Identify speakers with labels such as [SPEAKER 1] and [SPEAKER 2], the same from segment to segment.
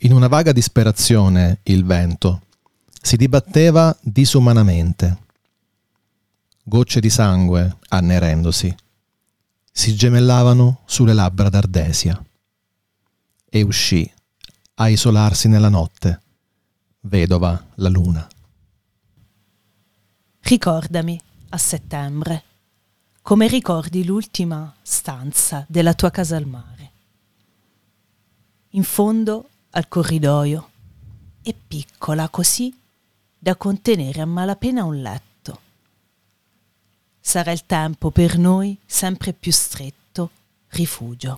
[SPEAKER 1] In una vaga disperazione il vento si dibatteva disumanamente. Gocce di sangue, annerendosi, si gemellavano sulle labbra d'Ardesia. E uscì a isolarsi nella notte, vedova la luna.
[SPEAKER 2] Ricordami a settembre, come ricordi l'ultima stanza della tua casa al mare. In fondo al corridoio, è piccola così da contenere a malapena un letto. Sarà il tempo per noi sempre più stretto rifugio.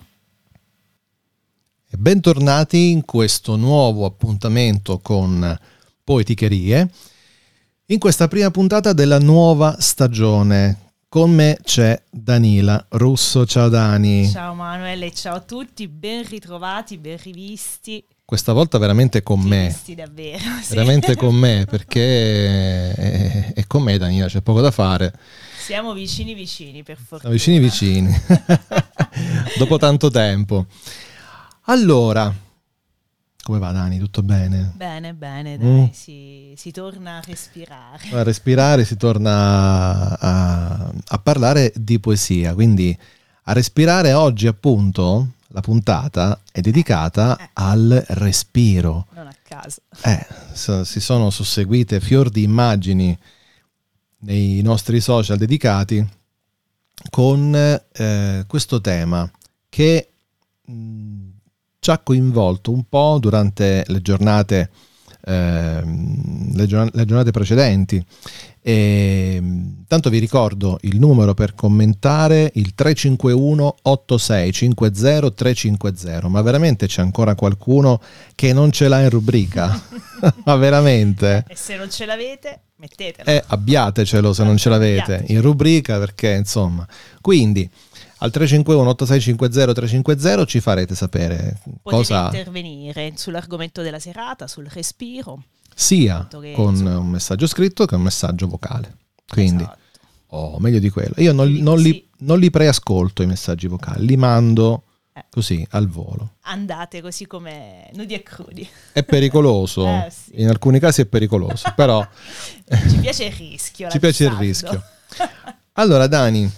[SPEAKER 1] E bentornati in questo nuovo appuntamento con Poeticherie, in questa prima puntata della nuova stagione. Con me c'è Danila Russo. Ciao Dani.
[SPEAKER 2] Ciao Manuele, ciao a tutti, ben ritrovati, ben rivisti.
[SPEAKER 1] Questa volta veramente con me.
[SPEAKER 2] Rivisti davvero, sì.
[SPEAKER 1] Veramente con me, perché è con me Danila, c'è poco da fare.
[SPEAKER 2] Siamo vicini per fortuna.
[SPEAKER 1] Siamo vicini. Dopo tanto tempo. Allora, come va Dani? Tutto bene?
[SPEAKER 2] Bene, dai, si torna a respirare.
[SPEAKER 1] A respirare, si torna a parlare di poesia, quindi a respirare. Oggi appunto la puntata è dedicata al respiro.
[SPEAKER 2] Non a caso.
[SPEAKER 1] Si sono susseguite fior di immagini nei nostri social dedicati con questo tema che ci ha coinvolto un po' durante le giornate precedenti. E tanto vi ricordo il numero per commentare, il 351 8650 350. Ma veramente c'è ancora qualcuno che non ce l'ha in rubrica? Ma veramente?
[SPEAKER 2] E se non ce l'avete, mettetelo.
[SPEAKER 1] Abbiatecelo se non ce l'avete in rubrica, perché insomma. Quindi al 351 8650 350 ci farete sapere
[SPEAKER 2] potete intervenire sull'argomento della serata, sul respiro,
[SPEAKER 1] sia con un messaggio scritto che un messaggio vocale. Quindi meglio di quello. Io non li preascolto i messaggi vocali, li mando così al volo.
[SPEAKER 2] Andate così come nudi e crudi.
[SPEAKER 1] È pericoloso, sì. In alcuni casi è pericoloso, però
[SPEAKER 2] ci piace il rischio.
[SPEAKER 1] Ci piace il rischio. Allora Dani,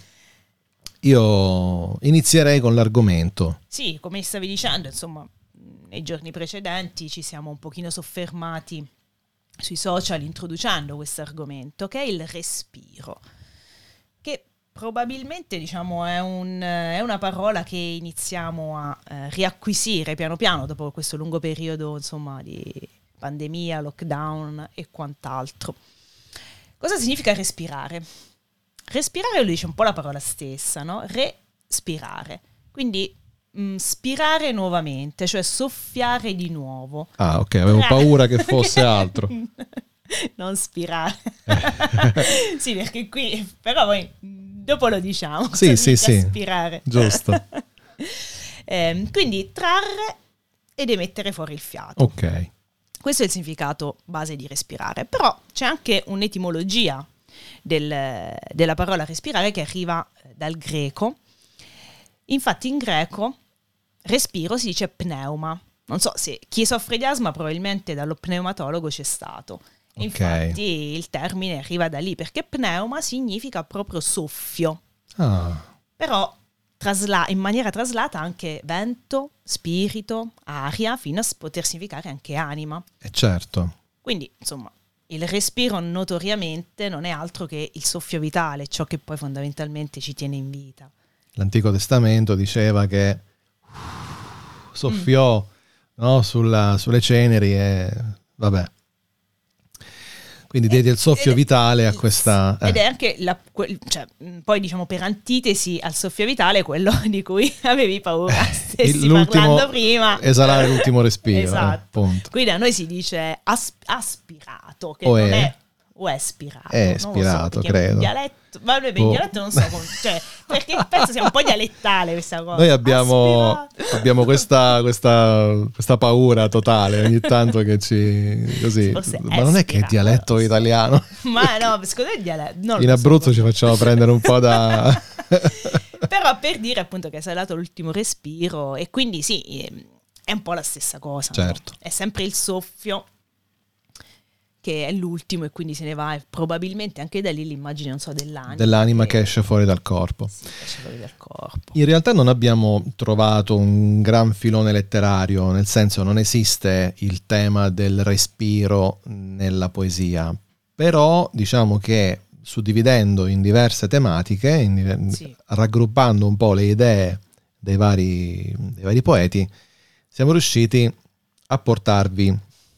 [SPEAKER 1] io inizierei con l'argomento.
[SPEAKER 2] Sì, come stavi dicendo, insomma, nei giorni precedenti ci siamo un pochino soffermati sui social introducendo questo argomento, che è il respiro, che probabilmente, diciamo, è una parola che iniziamo a riacquisire piano piano dopo questo lungo periodo, insomma, di pandemia, lockdown e quant'altro. Cosa significa respirare? Respirare lo dice un po' la parola stessa, no? Respirare. Quindi spirare nuovamente, cioè soffiare di nuovo.
[SPEAKER 1] Ah, ok, avevo paura che fosse altro.
[SPEAKER 2] Non spirare. Sì, perché qui, però poi dopo lo diciamo.
[SPEAKER 1] Sì.
[SPEAKER 2] Spirare.
[SPEAKER 1] Giusto.
[SPEAKER 2] Quindi trarre ed emettere fuori il fiato.
[SPEAKER 1] Ok.
[SPEAKER 2] Questo è il significato base di respirare. Però c'è anche un'etimologia della parola respirare che arriva dal greco. Infatti in greco respiro si dice pneuma. Non so se chi soffre di asma probabilmente dallo pneumatologo c'è stato. Okay. Infatti il termine arriva da lì, perché pneuma significa proprio soffio. Però in maniera traslata anche vento, spirito, aria, fino a poter significare anche anima.
[SPEAKER 1] Certo.
[SPEAKER 2] Quindi insomma il respiro notoriamente non è altro che il soffio vitale, ciò che poi fondamentalmente ci tiene in vita. L'Antico
[SPEAKER 1] Testamento diceva che soffiò sulle ceneri e vabbè. Quindi diede il soffio vitale a questa...
[SPEAKER 2] Ed è anche, poi diciamo per antitesi al soffio vitale, quello di cui avevi paura stessi parlando prima.
[SPEAKER 1] Esalare l'ultimo respiro.
[SPEAKER 2] Esatto.
[SPEAKER 1] Punto.
[SPEAKER 2] Qui da noi si dice aspirato, che non è... O è spirato.
[SPEAKER 1] È spirato, credo.
[SPEAKER 2] Dialetto, ma noi per il dialetto non so, perché penso sia un po' dialettale questa cosa.
[SPEAKER 1] Noi abbiamo questa paura totale ogni tanto che ci così. Ma non è che è dialetto italiano.
[SPEAKER 2] Ma no, secondo me è dialetto.
[SPEAKER 1] In Abruzzo ci facciamo prendere un po' da...
[SPEAKER 2] Però per dire appunto che è salato l'ultimo respiro, e quindi sì, è un po' la stessa cosa.
[SPEAKER 1] Certo.
[SPEAKER 2] No? È sempre il soffio che è l'ultimo e quindi se ne va, e probabilmente anche da lì l'immagine, non so, dell'anima
[SPEAKER 1] che esce fuori dal corpo.
[SPEAKER 2] Sì, esce fuori dal corpo.
[SPEAKER 1] In realtà non abbiamo trovato un gran filone letterario, nel senso non esiste il tema del respiro nella poesia, però diciamo che suddividendo in diverse tematiche,
[SPEAKER 2] Sì.
[SPEAKER 1] raggruppando un po' le idee dei vari poeti, siamo riusciti a portarvi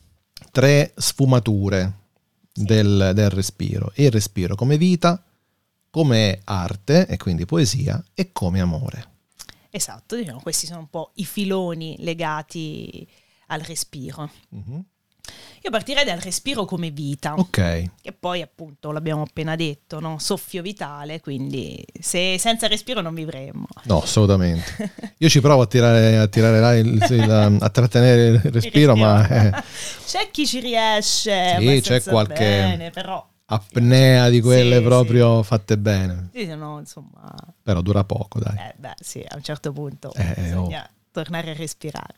[SPEAKER 1] 3 sfumature del respiro. Il respiro come vita, come arte, e quindi poesia, e come amore.
[SPEAKER 2] Esatto, diciamo, questi sono un po' i filoni legati al respiro.
[SPEAKER 1] Mhm.
[SPEAKER 2] Io partirei dal respiro come vita,
[SPEAKER 1] Ok,
[SPEAKER 2] che poi appunto l'abbiamo appena detto, no? Soffio vitale, quindi se senza respiro non vivremmo.
[SPEAKER 1] no, assolutamente. Io ci provo a tirare là a trattenere il respiro, ma
[SPEAKER 2] C'è chi ci riesce,
[SPEAKER 1] sì,
[SPEAKER 2] abbastanza
[SPEAKER 1] c'è qualche
[SPEAKER 2] bene, però
[SPEAKER 1] apnea di quelle
[SPEAKER 2] sì,
[SPEAKER 1] proprio fatte bene.
[SPEAKER 2] sì, no, insomma,
[SPEAKER 1] Però dura poco, dai.
[SPEAKER 2] sì, a un certo punto
[SPEAKER 1] Oh.
[SPEAKER 2] bisogna tornare a respirare.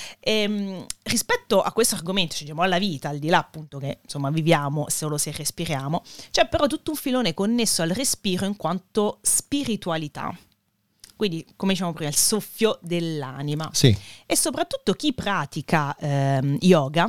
[SPEAKER 2] Rispetto a questo argomento, cioè, diciamo, alla vita, al di là appunto che insomma viviamo solo se respiriamo, c'è però tutto un filone connesso al respiro in quanto spiritualità. Quindi, come diciamo prima, il soffio dell'anima.
[SPEAKER 1] Sì.
[SPEAKER 2] E soprattutto chi pratica yoga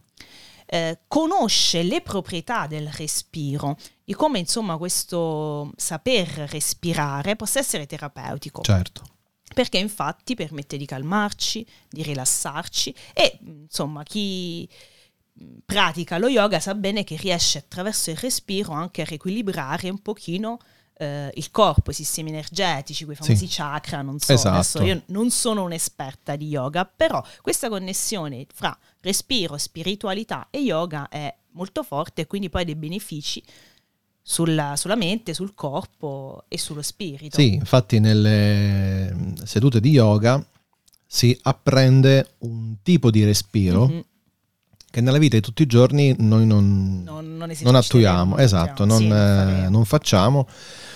[SPEAKER 2] conosce le proprietà del respiro, di come insomma questo saper respirare possa essere terapeutico.
[SPEAKER 1] Certo.
[SPEAKER 2] Perché infatti permette di calmarci, di rilassarci e insomma chi pratica lo yoga sa bene che riesce attraverso il respiro anche a riequilibrare un pochino il corpo, i sistemi energetici, quei famosi chakra, non so,
[SPEAKER 1] esatto.
[SPEAKER 2] Adesso io non sono un'esperta di yoga, però questa connessione fra respiro, spiritualità e yoga è molto forte e quindi poi ha dei benefici sulla mente, sul corpo e sullo spirito.
[SPEAKER 1] Sì, infatti nelle sedute di yoga si apprende un tipo di respiro che nella vita di tutti i giorni noi non attuiamo, esatto, non facciamo,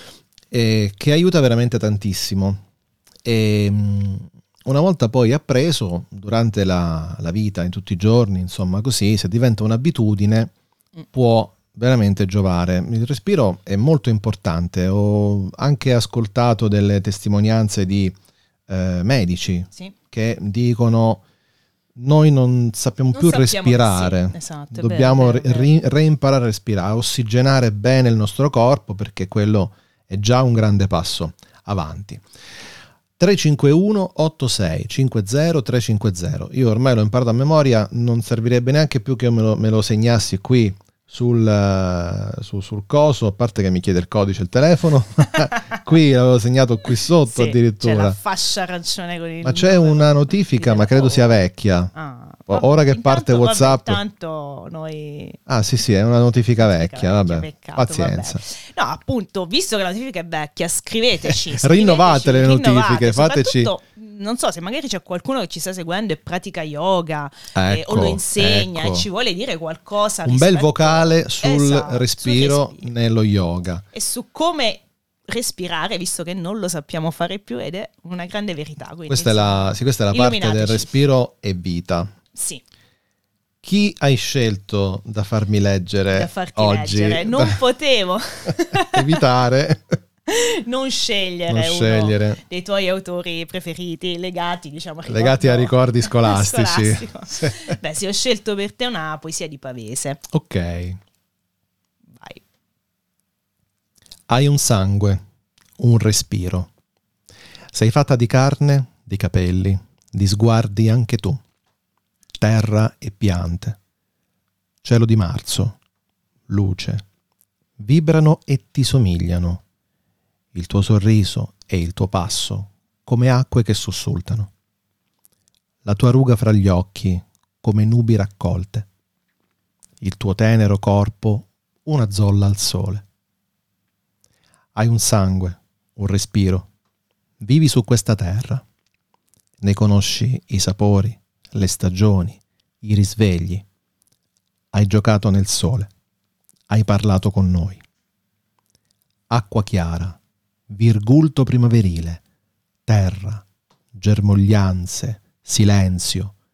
[SPEAKER 1] che aiuta veramente tantissimo. E una volta poi appreso, durante la vita, in tutti i giorni, insomma così, se diventa un'abitudine, può veramente giovare. Il respiro è molto importante. Ho anche ascoltato delle testimonianze di medici che dicono: noi non sappiamo più respirare,
[SPEAKER 2] sì, esatto,
[SPEAKER 1] dobbiamo
[SPEAKER 2] vero.
[SPEAKER 1] reimparare a respirare, a ossigenare bene il nostro corpo, perché quello è già un grande passo avanti. 351 86 50 350. Io ormai l'ho imparato a memoria, non servirebbe neanche più che me lo segnassi qui sul coso, a parte che mi chiede il codice il telefono. Qui l'avevo segnato qui sotto, sì, addirittura
[SPEAKER 2] c'è la fascia arancione con il
[SPEAKER 1] ma c'è una notifica, ma credo sia vecchia.
[SPEAKER 2] Vabbè,
[SPEAKER 1] ora che parte WhatsApp,
[SPEAKER 2] intanto noi
[SPEAKER 1] sì, è una notifica vecchia, vabbè,
[SPEAKER 2] peccato,
[SPEAKER 1] pazienza.
[SPEAKER 2] Vabbè. No, appunto, visto che la notifica è vecchia, scriveteci
[SPEAKER 1] rinnovate le notifiche, fateci.
[SPEAKER 2] Non so, se magari c'è qualcuno che ci sta seguendo e pratica yoga,
[SPEAKER 1] ecco,
[SPEAKER 2] o lo insegna e ci vuole dire qualcosa,
[SPEAKER 1] un bel vocale sul respiro nello yoga
[SPEAKER 2] e su come respirare, visto che non lo sappiamo fare più, ed è una grande verità.
[SPEAKER 1] Questa è la parte del respiro e vita.
[SPEAKER 2] Sì.
[SPEAKER 1] Chi hai scelto da farmi leggere
[SPEAKER 2] da farti
[SPEAKER 1] oggi?
[SPEAKER 2] Leggere. Non potevo
[SPEAKER 1] evitare
[SPEAKER 2] non scegliere uno dei tuoi autori preferiti legati, diciamo,
[SPEAKER 1] a ricordi scolastici.
[SPEAKER 2] Sì. Beh, sì, ho scelto per te una poesia di Pavese.
[SPEAKER 1] Ok.
[SPEAKER 2] Vai.
[SPEAKER 1] Hai un sangue, un respiro. Sei fatta di carne, di capelli, di sguardi anche tu. Terra e piante. Cielo di marzo, luce. Vibrano e ti somigliano. Il tuo sorriso e il tuo passo come acque che sussultano. La tua ruga fra gli occhi come nubi raccolte. Il tuo tenero corpo una zolla al sole. Hai un sangue, un respiro. Vivi su questa terra. Ne conosci i sapori, le stagioni, i risvegli. Hai giocato nel sole. Hai parlato con noi. Acqua chiara, virgulto primaverile, terra, germoglianze, silenzio,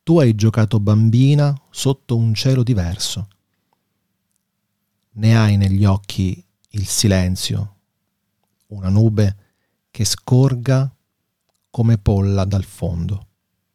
[SPEAKER 1] Tu hai giocato bambina sotto un cielo diverso. Ne hai negli occhi il silenzio, una nube che scorga come polla dal fondo.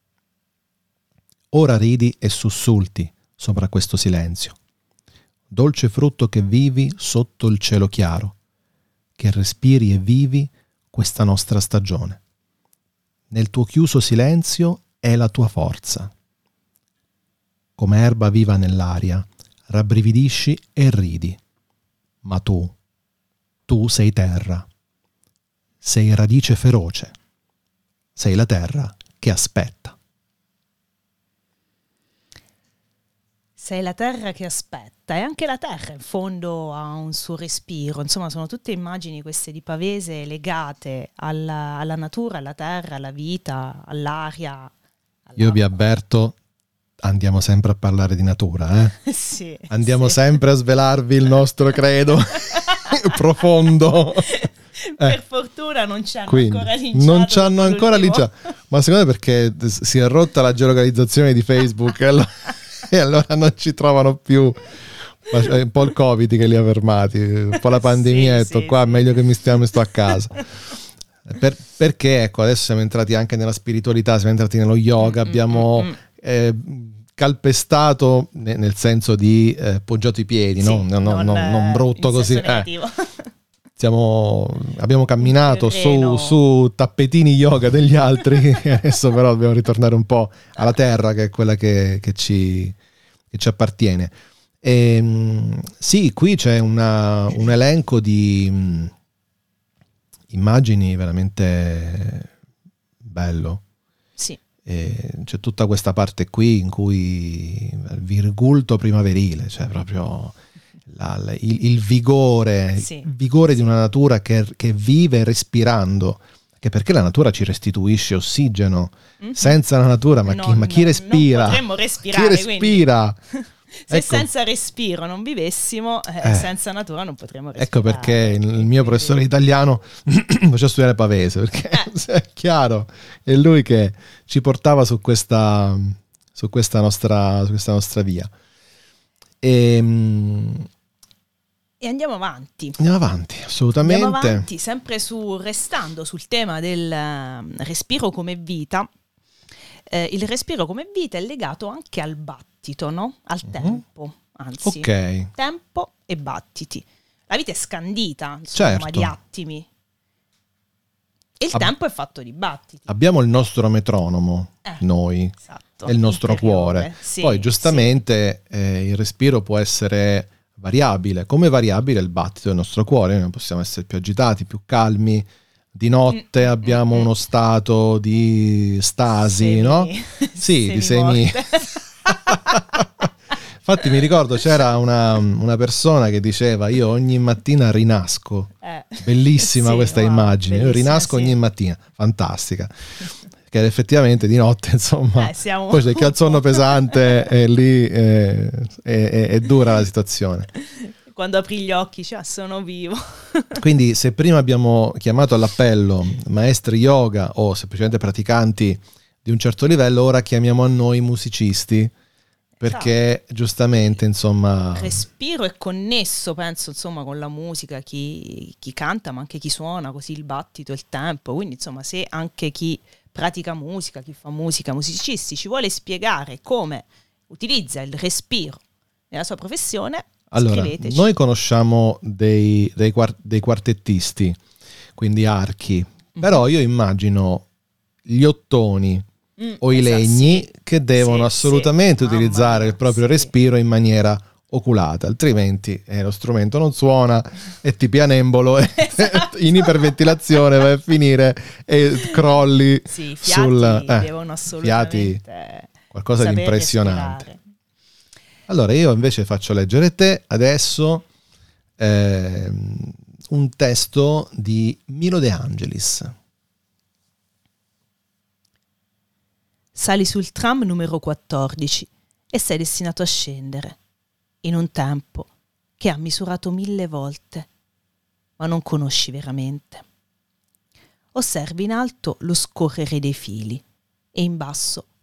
[SPEAKER 1] Ora ridi e sussulti sopra questo silenzio, dolce frutto che vivi sotto il cielo chiaro, che respiri e vivi questa nostra stagione. Nel tuo chiuso silenzio è la tua forza. Come erba viva nell'aria, rabbrividisci e ridi. Ma tu sei terra. Sei radice feroce. Sei la terra che aspetta.
[SPEAKER 2] Sei la terra che aspetta, e anche la terra in fondo ha un suo respiro. Insomma, sono tutte immagini queste di Pavese legate alla natura, alla terra, alla vita, all'aria.
[SPEAKER 1] Io vi avverto, andiamo sempre a parlare di natura,
[SPEAKER 2] Sì,
[SPEAKER 1] andiamo
[SPEAKER 2] sì.
[SPEAKER 1] sempre a svelarvi il nostro credo profondo.
[SPEAKER 2] Per fortuna non ci hanno
[SPEAKER 1] Quindi,
[SPEAKER 2] ancora linciato.
[SPEAKER 1] non ci hanno
[SPEAKER 2] dopo
[SPEAKER 1] ancora
[SPEAKER 2] l'ultimo.
[SPEAKER 1] linciato. Ma secondo me perché si è rotta la geolocalizzazione di Facebook e allora non ci trovano più. Ma è un po' il Covid che li ha fermati, un po' la pandemia,
[SPEAKER 2] Sì,
[SPEAKER 1] ho detto
[SPEAKER 2] sì,
[SPEAKER 1] qua
[SPEAKER 2] sì.
[SPEAKER 1] meglio che mi sto a casa. Perché ecco, adesso siamo entrati anche nella spiritualità, siamo entrati nello yoga, abbiamo calpestato nel senso di poggiato i piedi,
[SPEAKER 2] Sì,
[SPEAKER 1] no? Non brutto
[SPEAKER 2] in
[SPEAKER 1] così.
[SPEAKER 2] senso negativo.
[SPEAKER 1] Abbiamo camminato su tappetini yoga degli altri, adesso però dobbiamo ritornare un po' alla terra, che è quella che ci appartiene. Sì, qui c'è un elenco di immagini veramente bello.
[SPEAKER 2] Sì.
[SPEAKER 1] C'è tutta questa parte qui in cui il virgulto primaverile, cioè proprio il vigore,
[SPEAKER 2] Sì.
[SPEAKER 1] il vigore di una natura che vive respirando, che perché la natura ci restituisce ossigeno. Senza la natura, chi respira?
[SPEAKER 2] Non potremmo respirare.
[SPEAKER 1] Chi respira?
[SPEAKER 2] Se
[SPEAKER 1] Ecco.
[SPEAKER 2] senza respiro non vivessimo, senza natura non potremmo respirare.
[SPEAKER 1] Ecco perché il mio professore di italiano faceva studiare Pavese, perché è chiaro, è lui che ci portava su questa nostra via. E andiamo avanti, assolutamente.
[SPEAKER 2] Andiamo avanti, sempre restando sul tema del respiro come vita. Il respiro come vita è legato anche al battito, no? Al tempo, anzi.
[SPEAKER 1] Ok.
[SPEAKER 2] Tempo e battiti. La vita è scandita, insomma,
[SPEAKER 1] Certo.
[SPEAKER 2] di attimi. E il tempo è fatto di battiti.
[SPEAKER 1] Abbiamo il nostro metronomo, noi,
[SPEAKER 2] esatto,
[SPEAKER 1] è il nostro
[SPEAKER 2] interiore.
[SPEAKER 1] cuore.
[SPEAKER 2] Sì,
[SPEAKER 1] poi giustamente il respiro può essere variabile, come variabile il battito del nostro cuore. Noi possiamo essere più agitati, più calmi. Di notte abbiamo uno stato di stasi, no? Sì, di semi. Infatti mi ricordo c'era una persona che diceva: io ogni mattina rinasco. Bellissima, sì, questa immagine. Io rinasco ogni mattina, fantastica. Che effettivamente di notte, insomma, poi c'è chi ha il sonno pesante e lì è dura la situazione.
[SPEAKER 2] Quando apri gli occhi, cioè, sono vivo.
[SPEAKER 1] Quindi se prima abbiamo chiamato all'appello maestri yoga o semplicemente praticanti di un certo livello, ora chiamiamo a noi musicisti, perché giustamente, insomma...
[SPEAKER 2] Il respiro è connesso, penso, insomma, con la musica, chi canta, ma anche chi suona, così il battito, il tempo. Quindi, insomma, se anche chi pratica musica, chi fa musica, musicisti, ci vuole spiegare come utilizza il respiro nella sua professione...
[SPEAKER 1] Allora,
[SPEAKER 2] scriveteci.
[SPEAKER 1] Noi conosciamo dei quartettisti, quindi archi, però io immagino gli ottoni o i legni che devono assolutamente utilizzare il proprio respiro in maniera oculata, altrimenti lo strumento non suona e ti pianembolo in iperventilazione vai a finire e crolli
[SPEAKER 2] fiati devono assolutamente
[SPEAKER 1] qualcosa di impressionante. Respirare. Allora io invece faccio leggere te adesso un testo di Milo De Angelis.
[SPEAKER 2] Sali sul tram numero 14 e sei destinato a scendere in un tempo che ha misurato 1000 volte, ma non conosci veramente. Osservi in alto lo scorrere dei fili e in basso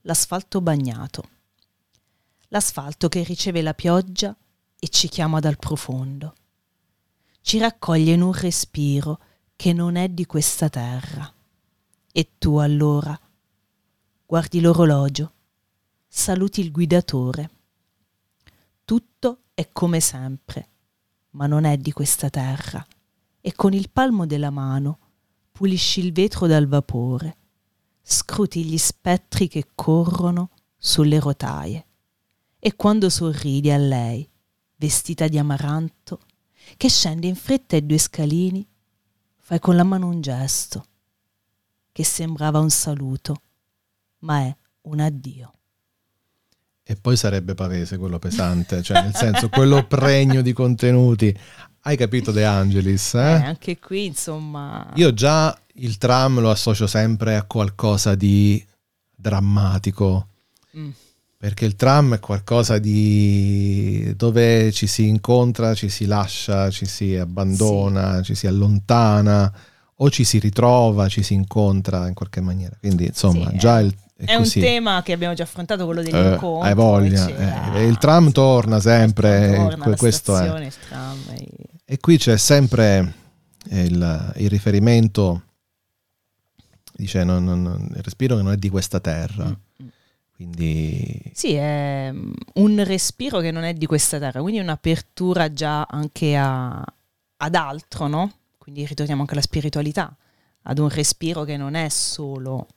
[SPEAKER 2] l'asfalto bagnato. L'asfalto che riceve la pioggia e ci chiama dal profondo. Ci raccoglie in un respiro che non è di questa terra. E tu allora guardi l'orologio, saluti il guidatore. Tutto è come sempre, ma non è di questa terra. E con il palmo della mano pulisci il vetro dal vapore, scruti gli spettri che corrono sulle rotaie. E quando sorridi a lei, vestita di amaranto, che scende in fretta i 2 scalini, fai con la mano un gesto che sembrava un saluto, ma è un addio.
[SPEAKER 1] E poi sarebbe pavese quello pesante, cioè nel senso quello pregno di contenuti. Hai capito De Angelis?
[SPEAKER 2] Anche qui insomma...
[SPEAKER 1] Io già il tram lo associo sempre a qualcosa di drammatico, perché il tram è qualcosa di dove ci si incontra, ci si lascia, ci si abbandona, ci si allontana o ci si ritrova, ci si incontra in qualche maniera. Quindi insomma già
[SPEAKER 2] è un tema che abbiamo già affrontato, quello degli incontri.
[SPEAKER 1] Hai voglia. Il tram torna sempre, questo è.
[SPEAKER 2] Il tram
[SPEAKER 1] E qui c'è sempre il riferimento, dice il respiro che non è di questa terra. Quindi
[SPEAKER 2] sì, è un respiro che non è di questa terra, quindi un'apertura già anche ad altro, no? Quindi ritorniamo anche alla spiritualità, ad un respiro che non è solo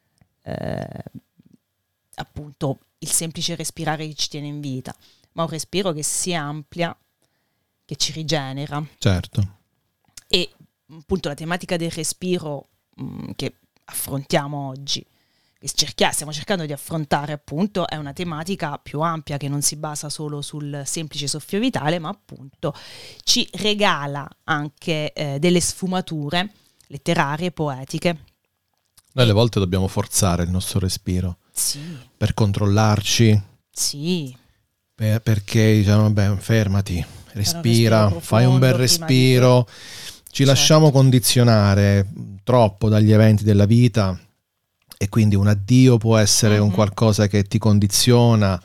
[SPEAKER 2] appunto il semplice respirare che ci tiene in vita, ma un respiro che si amplia, che ci rigenera.
[SPEAKER 1] Certo.
[SPEAKER 2] E appunto la tematica del respiro che affrontiamo oggi, che stiamo cercando di affrontare, appunto, è una tematica più ampia che non si basa solo sul semplice soffio vitale, ma appunto ci regala anche delle sfumature letterarie, poetiche.
[SPEAKER 1] Noi alle volte dobbiamo forzare il nostro respiro,
[SPEAKER 2] sì,
[SPEAKER 1] per controllarci,
[SPEAKER 2] sì,
[SPEAKER 1] perché diciamo vabbè, fermati, respira, fai un bel respiro. Ci lasciamo condizionare troppo dagli eventi della vita e quindi un addio può essere un qualcosa che ti condiziona,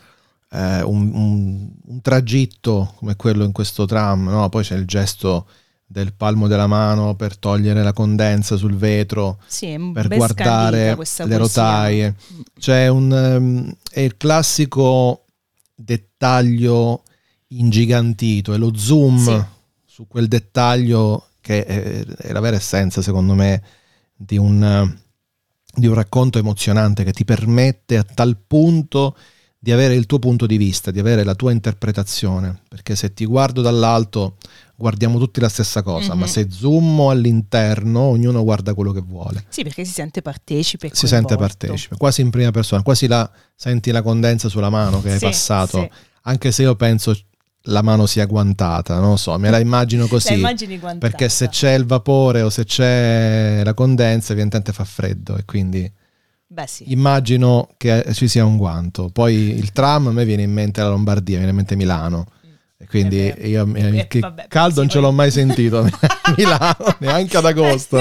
[SPEAKER 1] un tragitto come quello in questo tram, no? Poi c'è il gesto del palmo della mano per togliere la condensa sul vetro, per guardare le rotaie. C'è è il classico dettaglio ingigantito, è lo zoom su quel dettaglio che è la vera essenza, secondo me, di un racconto emozionante che ti permette a tal punto di avere il tuo punto di vista, di avere la tua interpretazione, perché se ti guardo dall'alto guardiamo tutti la stessa cosa, ma se zoommo all'interno ognuno guarda quello che vuole.
[SPEAKER 2] Sì, perché si sente partecipe.
[SPEAKER 1] Si sente partecipe, quasi in prima persona, quasi senti la condensa sulla mano che hai passato, anche se io penso la mano sia guantata, non lo so, me la immagino così,
[SPEAKER 2] la immagini guantata,
[SPEAKER 1] perché se c'è il vapore o se c'è la condensa evidentemente fa freddo e quindi immagino che ci sia un guanto. Poi il tram, a me viene in mente la Lombardia, mi viene in mente Milano, e quindi io caldo non ce l'ho mai sentito a Milano, neanche ad agosto.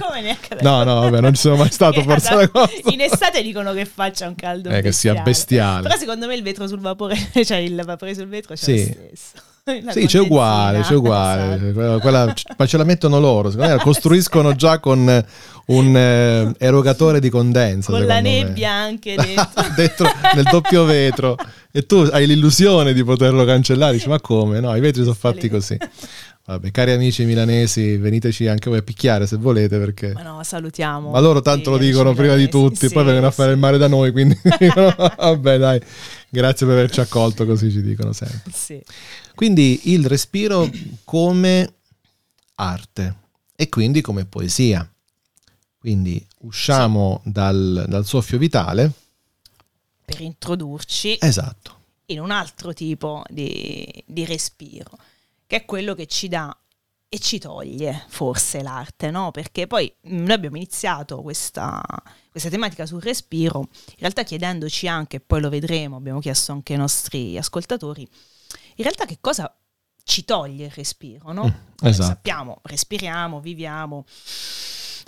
[SPEAKER 1] No, non ci sono mai stato forse ad agosto.
[SPEAKER 2] In estate dicono che faccia un caldo
[SPEAKER 1] che sia bestiale,
[SPEAKER 2] però secondo me il vetro sul vapore, cioè il vapore sul vetro c'è lo stesso.
[SPEAKER 1] Sì, c'è uguale.
[SPEAKER 2] Esatto.
[SPEAKER 1] Quella, ma ce la mettono loro, secondo me la costruiscono già con un erogatore di condensa,
[SPEAKER 2] con la nebbia anche
[SPEAKER 1] dentro nel doppio vetro, e tu hai l'illusione di poterlo cancellare, dici ma come? No, i vetri sono fatti così. Vabbè, cari amici milanesi, veniteci anche voi a picchiare se volete, perché
[SPEAKER 2] ma no, salutiamo,
[SPEAKER 1] ma loro tanto lo dicono prima di tutti, poi vengono a fare il mare da noi, quindi dicono, vabbè dai, grazie per averci accolto, così ci dicono sempre. Quindi il respiro come arte e quindi come poesia. Quindi usciamo dal soffio vitale
[SPEAKER 2] per introdurci in un altro tipo di respiro, che è quello che ci dà e ci toglie forse l'arte, no? Perché poi noi abbiamo iniziato questa tematica sul respiro, in realtà chiedendoci anche, poi lo vedremo, abbiamo chiesto anche ai nostri ascoltatori, in realtà che cosa ci toglie il respiro, no?
[SPEAKER 1] Esatto.
[SPEAKER 2] Sappiamo, respiriamo, viviamo,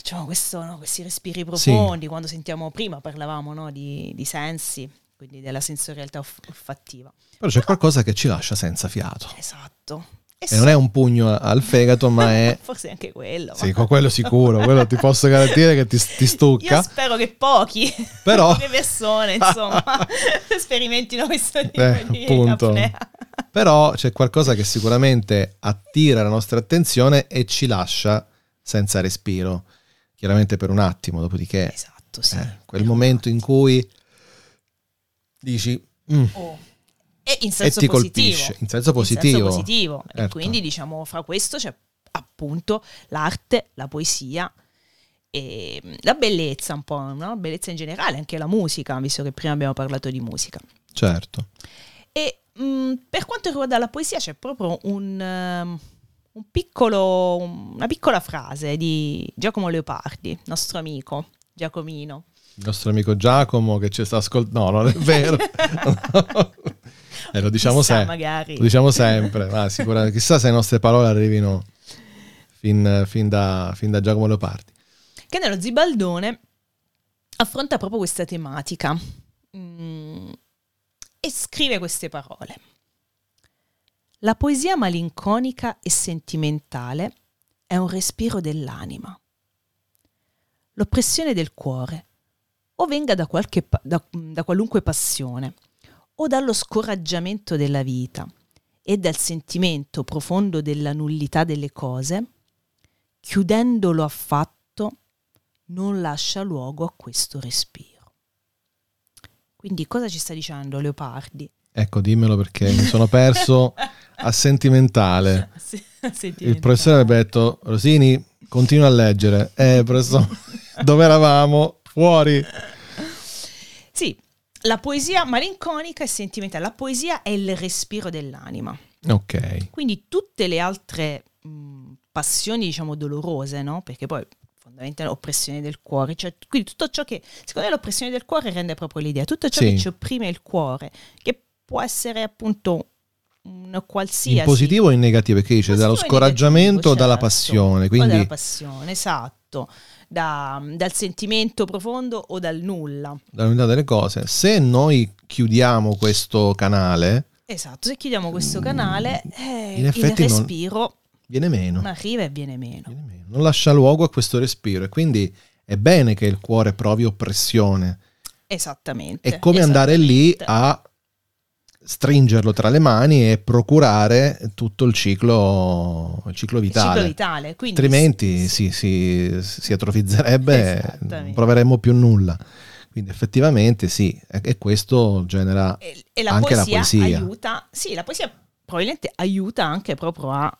[SPEAKER 2] facciamo questi respiri profondi, quando sentiamo, prima parlavamo, no, di sensi, quindi della sensorialità olfattiva.
[SPEAKER 1] Però c'è qualcosa che ci lascia senza fiato.
[SPEAKER 2] Esatto.
[SPEAKER 1] E non è un pugno al fegato, ma è...
[SPEAKER 2] Forse anche quello.
[SPEAKER 1] Sì, con quello sicuro, quello ti posso garantire che ti stucca.
[SPEAKER 2] Io spero che poche persone, insomma, sperimentino questo tipo di apnea.
[SPEAKER 1] Però c'è qualcosa che sicuramente attira la nostra attenzione e ci lascia senza respiro, chiaramente per un attimo, dopodiché
[SPEAKER 2] esatto, sì,
[SPEAKER 1] quel momento in cui dici
[SPEAKER 2] e in senso
[SPEAKER 1] ti
[SPEAKER 2] positivo,
[SPEAKER 1] colpisce, in senso positivo.
[SPEAKER 2] Certo. E quindi diciamo fra questo c'è appunto l'arte, la poesia e la bellezza un po', no? Bellezza in generale, anche la musica, visto che prima abbiamo parlato di musica.
[SPEAKER 1] Certo.
[SPEAKER 2] E per quanto riguarda la poesia c'è proprio una piccola frase di Giacomo Leopardi, nostro amico Giacomino.
[SPEAKER 1] Il nostro amico Giacomo che ci sta ascoltando. No, non è vero. Lo diciamo sempre. Magari. Lo diciamo sempre. Ma sicuramente, chissà se le nostre parole arrivino fin da Giacomo Leopardi.
[SPEAKER 2] Che nello Zibaldone affronta proprio questa tematica e scrive queste parole. La poesia malinconica e sentimentale è un respiro dell'anima. L'oppressione del cuore o venga da qualunque passione o dallo scoraggiamento della vita e dal sentimento profondo della nullità delle cose, chiudendolo affatto non lascia luogo a questo respiro. Quindi cosa ci sta dicendo Leopardi?
[SPEAKER 1] Ecco, dimmelo perché mi sono perso a sentimentale. Il professore avrebbe detto: Rosini, continua a leggere. Professore, dove eravamo? Fuori.
[SPEAKER 2] Sì, la poesia malinconica e sentimentale. La poesia è il respiro dell'anima.
[SPEAKER 1] Ok.
[SPEAKER 2] Quindi tutte le altre passioni, diciamo, dolorose, no? Perché poi fondamentalmente l'oppressione del cuore, cioè quindi tutto ciò che, secondo me, l'oppressione del cuore rende proprio l'idea, tutto ciò che ci opprime il cuore, che può essere appunto un qualsiasi,
[SPEAKER 1] in positivo o in negativo, perché dice dallo scoraggiamento o dalla passione, quindi
[SPEAKER 2] dalla passione, esatto, dal sentimento profondo o dal nulla,
[SPEAKER 1] dall'unità delle cose. Se noi chiudiamo questo canale,
[SPEAKER 2] esatto, se chiudiamo questo canale,
[SPEAKER 1] in effetti
[SPEAKER 2] il respiro
[SPEAKER 1] viene meno,
[SPEAKER 2] non arriva e viene meno,
[SPEAKER 1] non lascia luogo a questo respiro, e quindi è bene che il cuore provi oppressione.
[SPEAKER 2] Esattamente.
[SPEAKER 1] È come andare lì a stringerlo tra le mani e procurare tutto il ciclo vitale.
[SPEAKER 2] Il ciclo vitale, quindi
[SPEAKER 1] altrimenti si atrofizzerebbe, non proveremmo più nulla. Quindi effettivamente sì, e questo genera
[SPEAKER 2] e la
[SPEAKER 1] anche
[SPEAKER 2] poesia
[SPEAKER 1] la poesia.
[SPEAKER 2] Aiuta, sì, la poesia probabilmente aiuta anche proprio a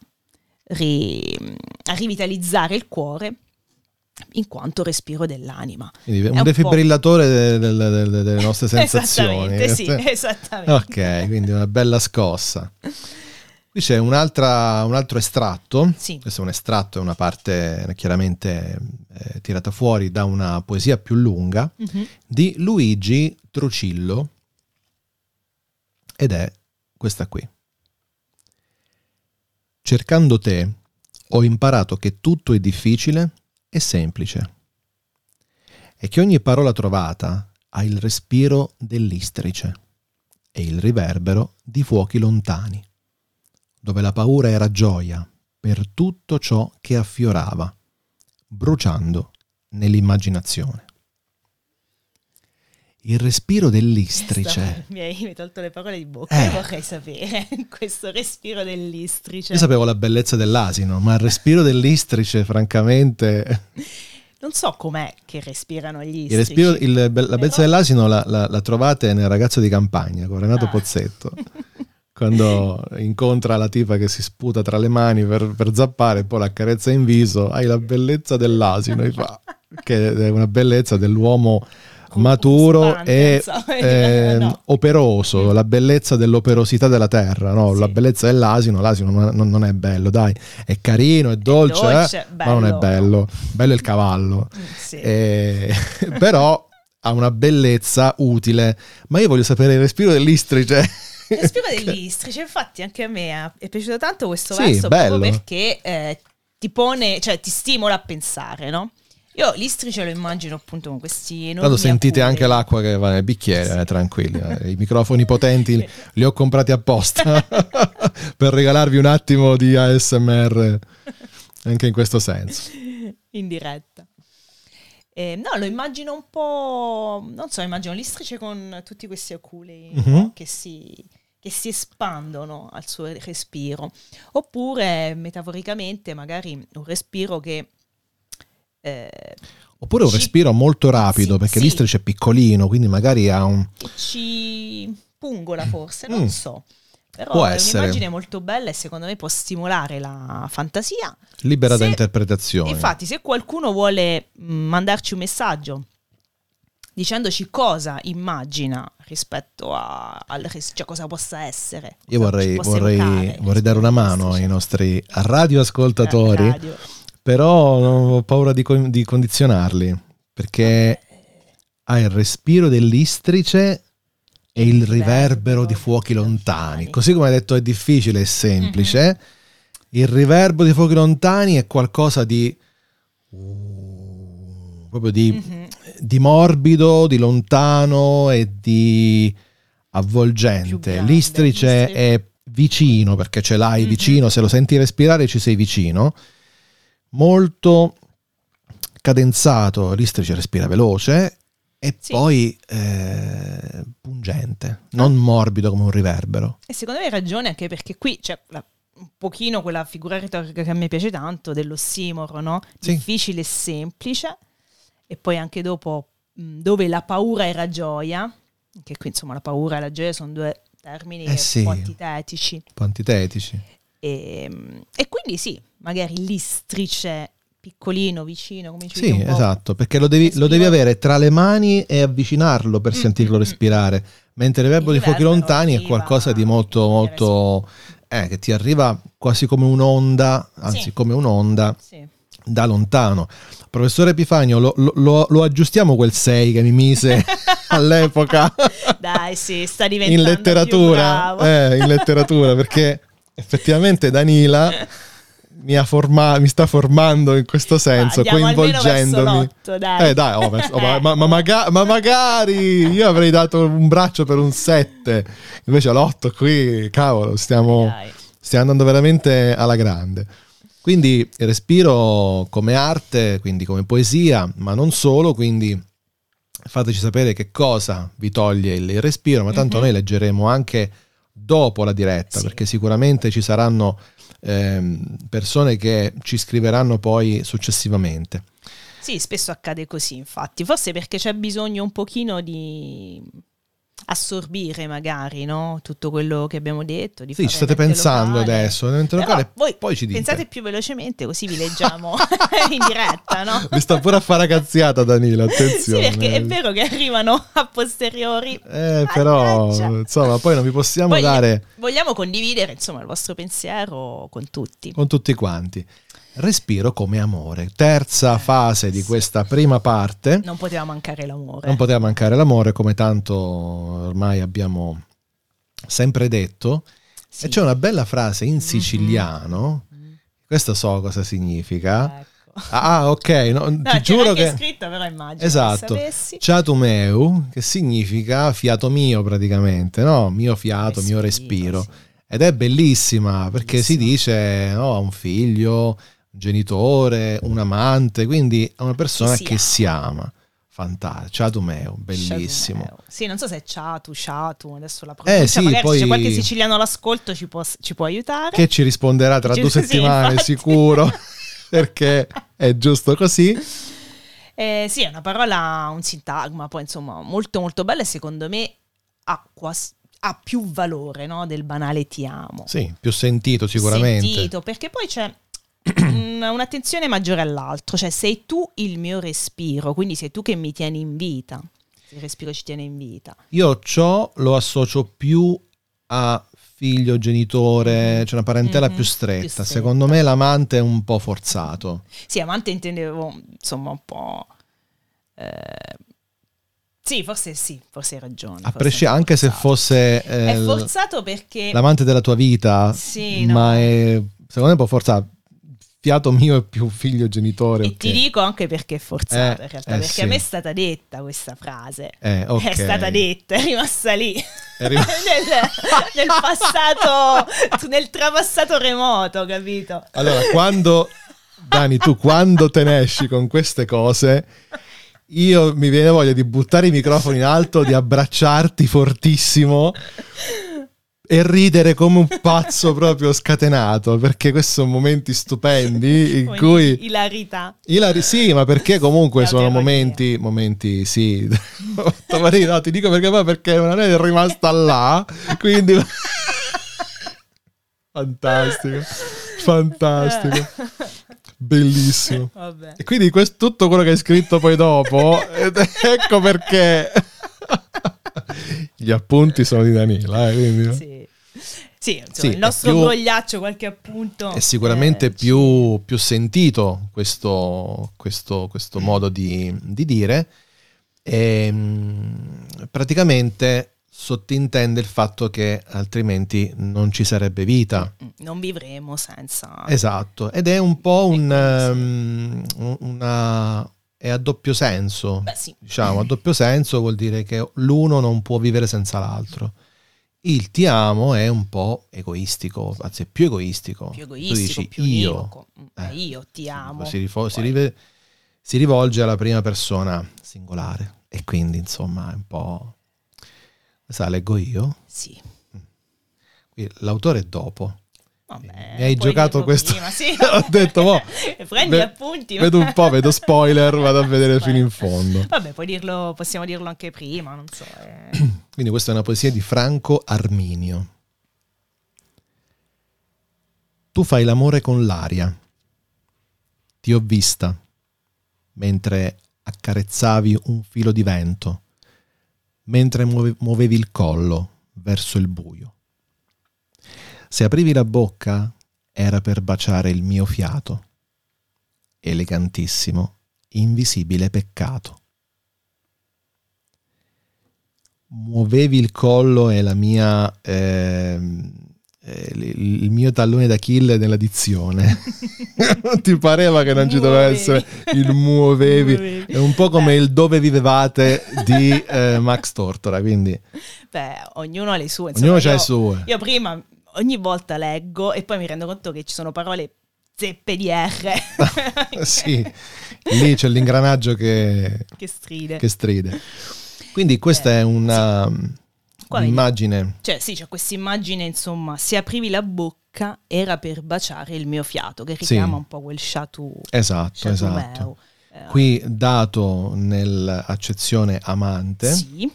[SPEAKER 2] rivitalizzare il cuore in quanto respiro dell'anima.
[SPEAKER 1] Quindi un defibrillatore delle nostre sensazioni.
[SPEAKER 2] Esattamente.
[SPEAKER 1] Ok, quindi una bella scossa. Qui c'è un altro estratto.
[SPEAKER 2] Sì.
[SPEAKER 1] Questo è un estratto, è una parte chiaramente tirata fuori da una poesia più lunga di Luigi Trucillo, ed è questa qui. Cercando te, ho imparato che tutto è difficile e semplice, e che ogni parola trovata ha il respiro dell'istrice e il riverbero di fuochi lontani, dove la paura era gioia per tutto ciò che affiorava, bruciando nell'immaginazione. Il respiro dell'istrice.
[SPEAKER 2] Mi hai tolto le parole di bocca, vorrei sapere questo respiro dell'istrice.
[SPEAKER 1] Io sapevo la bellezza dell'asino, ma il respiro dell'istrice, francamente...
[SPEAKER 2] Non so com'è che respirano gli istrici.
[SPEAKER 1] La bellezza dell'asino la trovate nel Ragazzo di campagna, con Renato Pozzetto. Quando incontra la tipa che si sputa tra le mani per zappare e poi la accarezza in viso, hai la bellezza dell'asino, che è una bellezza dell'uomo maturo e operoso, la bellezza dell'operosità della terra, no? Sì. La bellezza dell'asino, l'asino non è bello, dai, è carino, è dolce, ma non è bello è il cavallo, sì. Però ha una bellezza utile. Ma io voglio sapere il respiro dell'istrice.
[SPEAKER 2] Il respiro dell'istrice, infatti anche a me è piaciuto tanto questo verso, bello. Proprio perché ti pone, cioè ti stimola a pensare, no? Io l'istrice lo immagino appunto con questi enormi
[SPEAKER 1] Tanto sentite
[SPEAKER 2] aculi.
[SPEAKER 1] anche l'acqua che va nel bicchiere,
[SPEAKER 2] Sì.
[SPEAKER 1] tranquilli. I microfoni potenti li ho comprati apposta per regalarvi un attimo di ASMR anche in questo senso.
[SPEAKER 2] In diretta. No, lo immagino un po', non so, immagino l'istrice con tutti questi aculei no, che si espandono al suo respiro. Oppure, metaforicamente, magari un respiro che...
[SPEAKER 1] Oppure un respiro molto rapido, perché l'istrice è piccolino, quindi magari ha un...
[SPEAKER 2] che ci pungola forse, non so. Però
[SPEAKER 1] può
[SPEAKER 2] è
[SPEAKER 1] essere
[SPEAKER 2] un'immagine molto bella e secondo me può stimolare la fantasia.
[SPEAKER 1] libera da interpretazioni.
[SPEAKER 2] Infatti, se qualcuno vuole mandarci un messaggio dicendoci cosa immagina rispetto cioè cosa possa essere.
[SPEAKER 1] Io vorrei dare una mano ai nostri radioascoltatori, però ho paura di condizionarli, perché ha il respiro dell'istrice e il riverbero di fuochi lontani. Così come hai detto è difficile e semplice, il riverbero di fuochi lontani è qualcosa di proprio di morbido, di lontano e di avvolgente. L'istrice è vicino, perché ce l'hai vicino, se lo senti respirare ci sei vicino, molto cadenzato. L'istrice respira veloce e poi pungente, non morbido come un riverbero.
[SPEAKER 2] E secondo me hai ragione, anche perché qui c'è un pochino quella figura retorica che a me piace tanto, dell'ossimoro, no? Difficile e semplice, e poi anche dopo dove la paura era gioia, che qui insomma la paura e la gioia sono due termini un po' antitetici. E quindi sì, magari l'istrice piccolino, vicino, come dicevi un po'.
[SPEAKER 1] Esatto, perché lo devi avere tra le mani e avvicinarlo per sentirlo respirare, mentre il riverbero di fuochi lontani è qualcosa di molto che ti arriva quasi come un'onda, anzi come un'onda da lontano. Professore Epifanio, lo aggiustiamo quel 6 che mi mise all'epoca?
[SPEAKER 2] Dai, sta diventando
[SPEAKER 1] in letteratura,
[SPEAKER 2] più bravo.
[SPEAKER 1] In letteratura, perché effettivamente Danila mi sta formando in questo senso, coinvolgendomi. Ma magari io avrei dato un braccio per un 7, invece l'8 qui, cavolo, stiamo andando veramente alla grande. Quindi il respiro come arte, quindi come poesia, ma non solo, quindi fateci sapere che cosa vi toglie il respiro, ma tanto noi leggeremo anche dopo la diretta, perché sicuramente ci saranno persone che ci scriveranno poi successivamente.
[SPEAKER 2] Sì, spesso accade così, infatti, forse perché c'è bisogno un pochino di assorbire magari, no? Tutto quello che abbiamo detto.
[SPEAKER 1] Ci state pensando adesso,
[SPEAKER 2] voi
[SPEAKER 1] poi ci dite.
[SPEAKER 2] Pensate più velocemente, così vi leggiamo in diretta, no?
[SPEAKER 1] Mi sta pure a fare cazziata Danilo, attenzione.
[SPEAKER 2] Sì, perché è vero che arrivano a posteriori.
[SPEAKER 1] Però, insomma, poi non vi possiamo dare...
[SPEAKER 2] Vogliamo condividere, insomma, il vostro pensiero con tutti.
[SPEAKER 1] Con tutti quanti. Respiro come amore, terza fase di questa prima parte.
[SPEAKER 2] Non poteva mancare
[SPEAKER 1] l'amore, come tanto ormai abbiamo sempre detto. E c'è una bella frase in siciliano, questo so cosa significa. Ecco. Ok, ti giuro che
[SPEAKER 2] è scritto, però immagino.
[SPEAKER 1] Esatto, ciatu meu, che significa fiato mio praticamente, no? Mio fiato, mio respiro. Ed è bellissima, perché si dice a un figlio, genitore, un amante, quindi a una persona che si ama. Fantastico, ciatu meu, bellissimo.
[SPEAKER 2] Ciatu meu. Sì, non so se è ciatu, adesso la pronuncia, magari
[SPEAKER 1] poi,
[SPEAKER 2] se c'è qualche siciliano all'ascolto ci può aiutare.
[SPEAKER 1] Che ci risponderà tra 2 settimane sicuro, perché è giusto così.
[SPEAKER 2] Sì, è una parola, un sintagma, poi insomma molto molto bella, e secondo me ha più valore, no, del banale ti amo.
[SPEAKER 1] Sì, più sentito sicuramente.
[SPEAKER 2] Perché poi c'è un'attenzione maggiore all'altro, cioè sei tu il mio respiro, quindi sei tu che mi tieni in vita, il respiro ci tiene in vita.
[SPEAKER 1] Io ciò lo associo più a figlio, genitore, c'è una parentela più stretta. Secondo me l'amante è un po' forzato.
[SPEAKER 2] Sì, amante intendevo insomma un po'... Sì, forse hai ragione.
[SPEAKER 1] Anche se fosse
[SPEAKER 2] è forzato perché
[SPEAKER 1] l'amante della tua vita,
[SPEAKER 2] sì,
[SPEAKER 1] ma è, secondo me, un po' forzato. fiato mio è più figlio genitore.
[SPEAKER 2] E
[SPEAKER 1] okay.
[SPEAKER 2] Ti dico anche perché è forzata in realtà, perché
[SPEAKER 1] sì.
[SPEAKER 2] a me è stata detta questa frase,
[SPEAKER 1] Okay.
[SPEAKER 2] è stata detta, è rimasta lì
[SPEAKER 1] È
[SPEAKER 2] nel passato, nel trapassato remoto, capito?
[SPEAKER 1] Allora, Dani, tu quando te ne esci con queste cose, io mi viene voglia di buttare i microfoni in alto, di abbracciarti fortissimo e ridere come un pazzo proprio scatenato, perché questi sono momenti stupendi in cui
[SPEAKER 2] ilarità.
[SPEAKER 1] Sì, ma perché comunque
[SPEAKER 2] La
[SPEAKER 1] sono
[SPEAKER 2] teoria.
[SPEAKER 1] momenti sì. No, ti dico perché non è rimasta là, quindi fantastico. Bellissimo.
[SPEAKER 2] Vabbè.
[SPEAKER 1] E quindi tutto quello che hai scritto poi dopo, ecco perché gli appunti sono di Daniela, quindi.
[SPEAKER 2] Sì, insomma,
[SPEAKER 1] Sì,
[SPEAKER 2] il nostro brogliaccio, qualche appunto.
[SPEAKER 1] È sicuramente più sentito questo modo di dire. Praticamente sottintende il fatto che altrimenti non ci sarebbe vita.
[SPEAKER 2] Non vivremo senza.
[SPEAKER 1] Esatto, ed è un po' è a doppio senso.
[SPEAKER 2] Beh, sì.
[SPEAKER 1] Diciamo, a doppio senso vuol dire che l'uno non può vivere senza l'altro. Il ti amo è un po' egoistico, anzi è più egoistico.
[SPEAKER 2] Più
[SPEAKER 1] Tu
[SPEAKER 2] egoistico,
[SPEAKER 1] dici
[SPEAKER 2] più
[SPEAKER 1] io.
[SPEAKER 2] Io ti amo.
[SPEAKER 1] Si rivolge alla prima persona singolare e quindi insomma è un po'. Questa la leggo io?
[SPEAKER 2] Sì.
[SPEAKER 1] Qui, l'autore è dopo.
[SPEAKER 2] Vabbè,
[SPEAKER 1] Mi hai giocato questo?
[SPEAKER 2] Prima, sì.
[SPEAKER 1] Ho detto,
[SPEAKER 2] prendi appunti.
[SPEAKER 1] Vedo un po', vedo spoiler, vado a vedere fino in fondo.
[SPEAKER 2] Vabbè, possiamo dirlo anche prima, non so.
[SPEAKER 1] Quindi questa è una poesia di Franco Arminio. Tu fai l'amore con l'aria. Ti ho vista mentre accarezzavi un filo di vento, mentre muovevi il collo verso il buio. Se aprivi la bocca era per baciare il mio fiato. Elegantissimo, invisibile peccato. Muovevi il collo e la mia il mio tallone d'Achille nella dizione. Non ti pareva che non ci doveva essere il muovevi? È un po' come il Dove vivevate di Max Tortora, quindi
[SPEAKER 2] ognuno ha le sue,
[SPEAKER 1] ognuno ha le sue.
[SPEAKER 2] Io prima ogni volta leggo e poi mi rendo conto che ci sono parole zeppe di R.
[SPEAKER 1] Sì, lì c'è l'ingranaggio che stride. Quindi questa è un'immagine.
[SPEAKER 2] Cioè sì, c'è questa immagine, insomma, se aprivi la bocca era per baciare il mio fiato, che richiama un po' quel chateau.
[SPEAKER 1] Esatto. Qui dato nell'accezione amante.
[SPEAKER 2] Sì.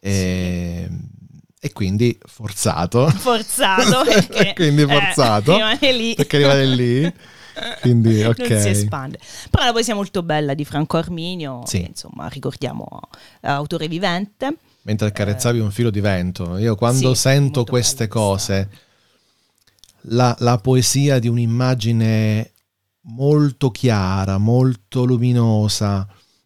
[SPEAKER 1] E quindi forzato
[SPEAKER 2] perché,
[SPEAKER 1] quindi forzato
[SPEAKER 2] rimane lì.
[SPEAKER 1] perché rimane lì, quindi ok,
[SPEAKER 2] non si espande. Però è una poesia molto bella di Franco Arminio, che, insomma, ricordiamo, autore vivente.
[SPEAKER 1] Mentre accarezzavi un filo di vento, io quando sento queste cose, la poesia di un'immagine molto chiara, molto luminosa,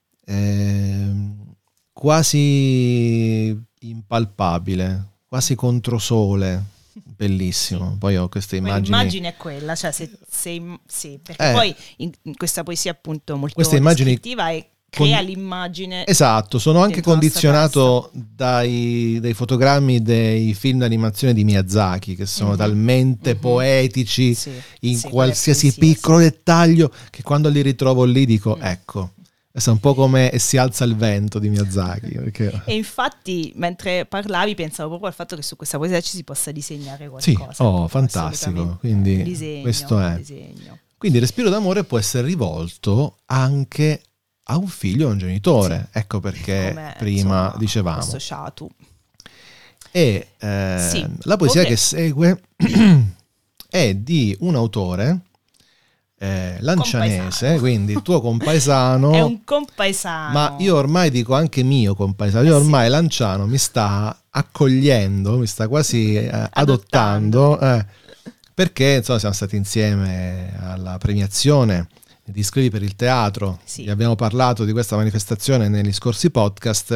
[SPEAKER 1] quasi impalpabile, quasi controsole, bellissimo. Poi ho queste immagini.
[SPEAKER 2] L'immagine è quella, cioè perché poi in questa poesia appunto molto
[SPEAKER 1] queste immagini
[SPEAKER 2] descrittiva crea l'immagine.
[SPEAKER 1] Esatto, sono anche condizionato dai fotogrammi dei film d'animazione di Miyazaki, che sono talmente poetici in qualsiasi piccolo dettaglio, che quando li ritrovo lì dico ecco. È un po' come E si alza il vento di Miyazaki. Perché.
[SPEAKER 2] E infatti, mentre parlavi, pensavo proprio al fatto che su questa poesia ci si possa disegnare qualcosa.
[SPEAKER 1] Sì, fantastico. Quindi questo è.
[SPEAKER 2] Disegno.
[SPEAKER 1] Quindi il respiro d'amore può essere rivolto anche a un figlio o a un genitore. Ecco perché prima dicevamo.
[SPEAKER 2] Associato.
[SPEAKER 1] E la poesia che segue è di un autore lancianese, quindi tuo compaesano.
[SPEAKER 2] È un compaesano,
[SPEAKER 1] ma io ormai dico anche mio compaesano. Io ormai Lanciano mi sta accogliendo, mi sta quasi adottando, perché insomma siamo stati insieme alla premiazione di Scrivi per il teatro. Vi abbiamo parlato di questa manifestazione negli scorsi podcast.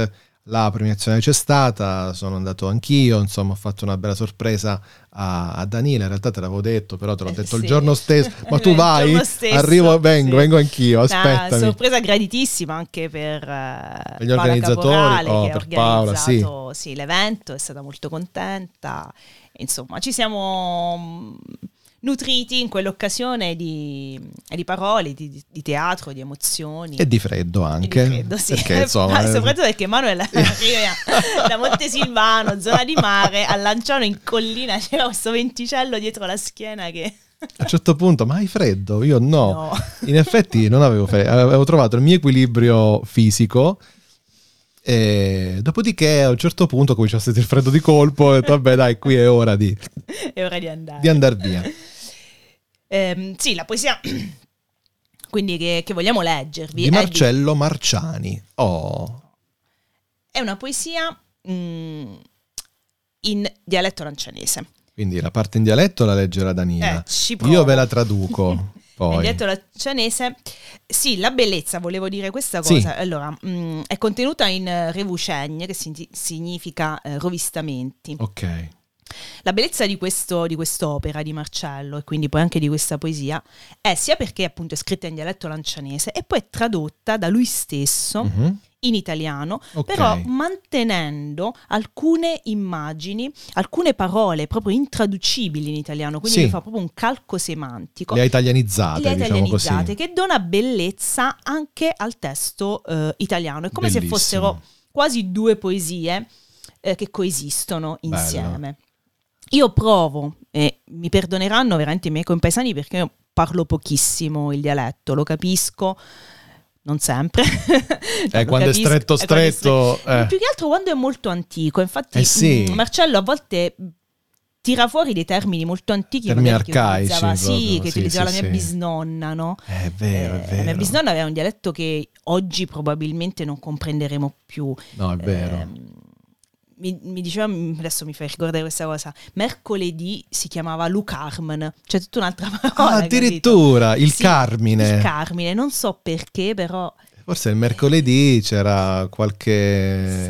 [SPEAKER 1] la premiazione c'è stata, sono andato anch'io, insomma ho fatto una bella sorpresa a Daniele, in realtà te l'avevo detto, però te l'ho detto il giorno stesso, ma tu vai? Arrivo, vengo anch'io, aspettami.
[SPEAKER 2] Una sorpresa graditissima anche per
[SPEAKER 1] gli organizzatori,
[SPEAKER 2] che ha
[SPEAKER 1] per Paola,
[SPEAKER 2] organizzato l'evento, è stata molto contenta, insomma ci siamo nutriti in quell'occasione di parole, di teatro, di emozioni.
[SPEAKER 1] E di freddo anche.
[SPEAKER 2] E di freddo, sì.
[SPEAKER 1] Perché, insomma,
[SPEAKER 2] soprattutto perché Manuel arriva da Montesilvano, zona di mare, a Lanciano in collina, c'era questo venticello dietro la schiena che...
[SPEAKER 1] A un certo punto, ma hai freddo? Io no.
[SPEAKER 2] No.
[SPEAKER 1] In effetti non avevo freddo, avevo trovato il mio equilibrio fisico. E dopodiché a un certo punto cominciò a sentire il freddo di colpo e ho detto vabbè dai, qui è ora di andare via.
[SPEAKER 2] Sì, la poesia quindi che vogliamo leggervi
[SPEAKER 1] di Marcello Marciani.
[SPEAKER 2] È una poesia in dialetto lancianese,
[SPEAKER 1] quindi la parte in dialetto la leggerà Danila,
[SPEAKER 2] io
[SPEAKER 1] ve la traduco. Poi.
[SPEAKER 2] Nel dialetto lancianese, sì, la bellezza, volevo dire questa cosa. Sì. Allora, è contenuta in revucegn, che significa rovistamenti.
[SPEAKER 1] Ok.
[SPEAKER 2] La bellezza di quest'opera di Marcello, e quindi poi anche di questa poesia, è sia perché appunto è scritta in dialetto lancianese e poi è tradotta da lui stesso in italiano, però mantenendo alcune immagini, alcune parole proprio intraducibili in italiano, quindi lui fa proprio un calco semantico.
[SPEAKER 1] Le ha italianizzate, diciamo così.
[SPEAKER 2] Che dona bellezza anche al testo italiano. È come
[SPEAKER 1] Bellissimo.
[SPEAKER 2] se fossero quasi due poesie che coesistono insieme. Bello. Io provo, e mi perdoneranno veramente i miei compaesani perché io parlo pochissimo il dialetto, lo capisco, non sempre.
[SPEAKER 1] Quando è stretto.
[SPEAKER 2] Più che altro quando è molto antico, infatti Marcello a volte tira fuori dei termini molto antichi.
[SPEAKER 1] Termini arcaici.
[SPEAKER 2] Che utilizzava la mia bisnonna, no?
[SPEAKER 1] È vero.
[SPEAKER 2] La mia bisnonna aveva un dialetto che oggi probabilmente non comprenderemo più.
[SPEAKER 1] No, è vero.
[SPEAKER 2] Mi diceva, adesso mi fai ricordare questa cosa, mercoledì si chiamava Lucarmen, cioè tutta un'altra parola.
[SPEAKER 1] Addirittura, il Carmine.
[SPEAKER 2] Il Carmine, non so perché, però...
[SPEAKER 1] Forse il mercoledì c'era qualche...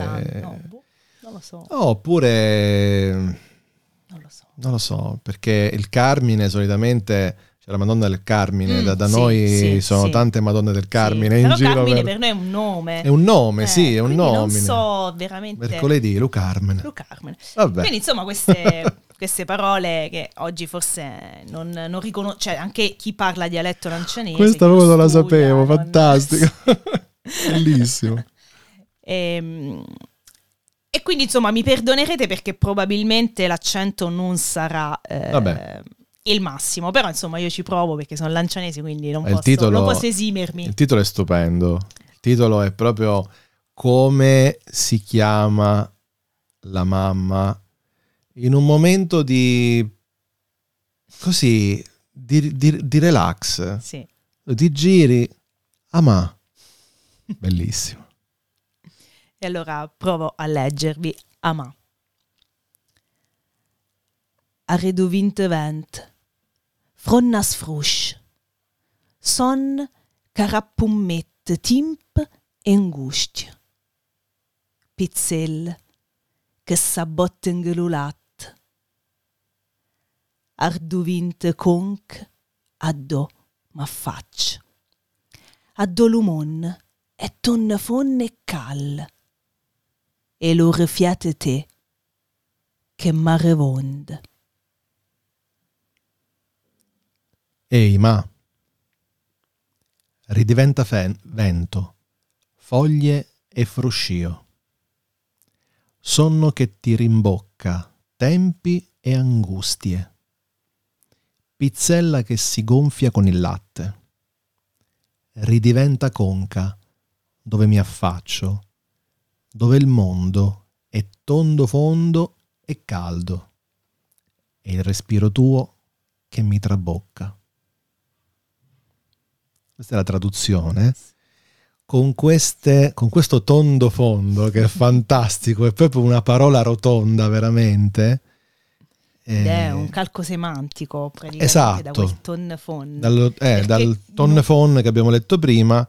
[SPEAKER 2] non lo so.
[SPEAKER 1] Oppure... Non lo so, perché il Carmine solitamente... la Madonna del Carmine, da noi sono tante Madonne del Carmine in
[SPEAKER 2] però
[SPEAKER 1] giro.
[SPEAKER 2] Carmine per noi è un nome.
[SPEAKER 1] È un nome, è un nome.
[SPEAKER 2] Non so veramente.
[SPEAKER 1] Mercoledì, Lucarmine.
[SPEAKER 2] Vabbè. Quindi insomma queste parole che oggi forse non riconosco, cioè anche chi parla dialetto lancianese.
[SPEAKER 1] Questa proprio non la sapevo, fantastico. Bellissimo.
[SPEAKER 2] E quindi insomma mi perdonerete perché probabilmente l'accento non sarà... il massimo, però insomma io ci provo perché sono lancianese, quindi non posso esimermi.
[SPEAKER 1] Il titolo è stupendo, il titolo è proprio come si chiama la mamma in un momento di relax, ti giri, amà, bellissimo.
[SPEAKER 2] E allora provo a leggervi amà. Arredovinte vent, fronnas frusch, son carappummet timp e angustia, pizzell che s'abbotten gelulat, arduvinte conc addo ma faccia, addo lumon e tonne fonne e cal, e lo rifiate te che marevond.
[SPEAKER 1] Ehi, ma ridiventa vento, foglie e fruscio, sonno che ti rimbocca, tempi e angustie, pizzella che si gonfia con il latte, ridiventa conca, dove mi affaccio, dove il mondo è tondo fondo e caldo, e il respiro tuo che mi trabocca. Questa è la traduzione. Con questo tondo fondo che è fantastico, è proprio una parola rotonda veramente.
[SPEAKER 2] È un calco semantico praticamente,
[SPEAKER 1] esatto,
[SPEAKER 2] da quel tonne fon.
[SPEAKER 1] dal tonne fon che abbiamo letto prima.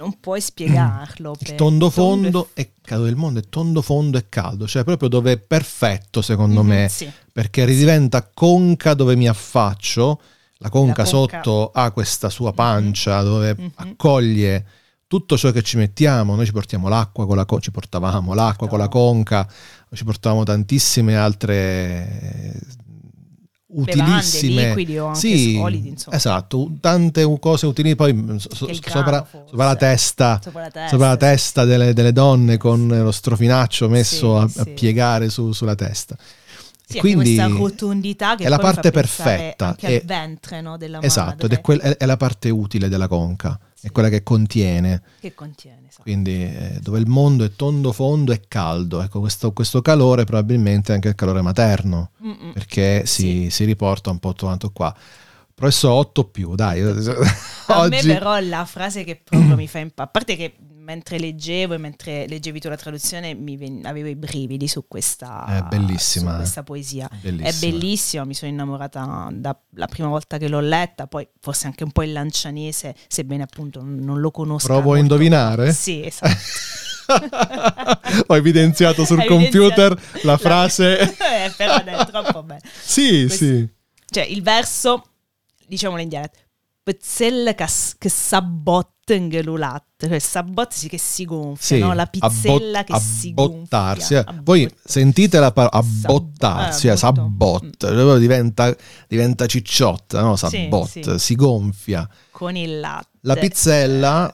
[SPEAKER 2] non puoi spiegarlo.
[SPEAKER 1] Il tondo fondo è caldo del mondo, è tondo fondo e caldo, cioè proprio dove è perfetto secondo me,
[SPEAKER 2] sì.
[SPEAKER 1] perché ridiventa conca dove mi affaccio, la conca sotto ha questa sua pancia dove accoglie tutto ciò che ci mettiamo. Noi ci portiamo l'acqua con ci portavamo l'acqua con la conca, ci portavamo tantissime altre utilissime
[SPEAKER 2] bevande, liquidi o anche solidi, insomma.
[SPEAKER 1] Esatto, tante cose utili poi sopra la testa delle donne, con lo strofinaccio messo a piegare sulla testa.
[SPEAKER 2] Sì, quindi questa rotondità che
[SPEAKER 1] è la parte perfetta
[SPEAKER 2] anche al ventre, no, della
[SPEAKER 1] esatto,
[SPEAKER 2] madre.
[SPEAKER 1] ed è la parte utile della conca, è quella che contiene,
[SPEAKER 2] esatto.
[SPEAKER 1] Quindi dove il mondo è tondo fondo e caldo, ecco, questo calore probabilmente è anche il calore materno, perché si riporta un po' tanto qua. Professor 8+, dai.
[SPEAKER 2] A me però la frase che proprio mi fa impazzire, a parte che mentre leggevi tu la traduzione avevo i brividi su questa,
[SPEAKER 1] è bellissima,
[SPEAKER 2] su questa poesia.
[SPEAKER 1] Bellissima.
[SPEAKER 2] È bellissima, mi sono innamorata la prima volta che l'ho letta, poi forse anche un po' il lancianese, sebbene appunto non lo conosco.
[SPEAKER 1] Provo a indovinare?
[SPEAKER 2] Sì, esatto.
[SPEAKER 1] Ho evidenziato sul computer la frase.
[SPEAKER 2] Però è troppo bello.
[SPEAKER 1] Sì, sì.
[SPEAKER 2] Cioè il verso, diciamolo in dialetto, pizzelle che sabbotten gelulatte, cioè sabot che si gonfia, no? La pizzella che si gonfia.
[SPEAKER 1] Voi sentite la parola abbottarsi, sabbot, diventa cicciotta, no? Sabbot,
[SPEAKER 2] sì.
[SPEAKER 1] si gonfia.
[SPEAKER 2] Con il latte.
[SPEAKER 1] La pizzella,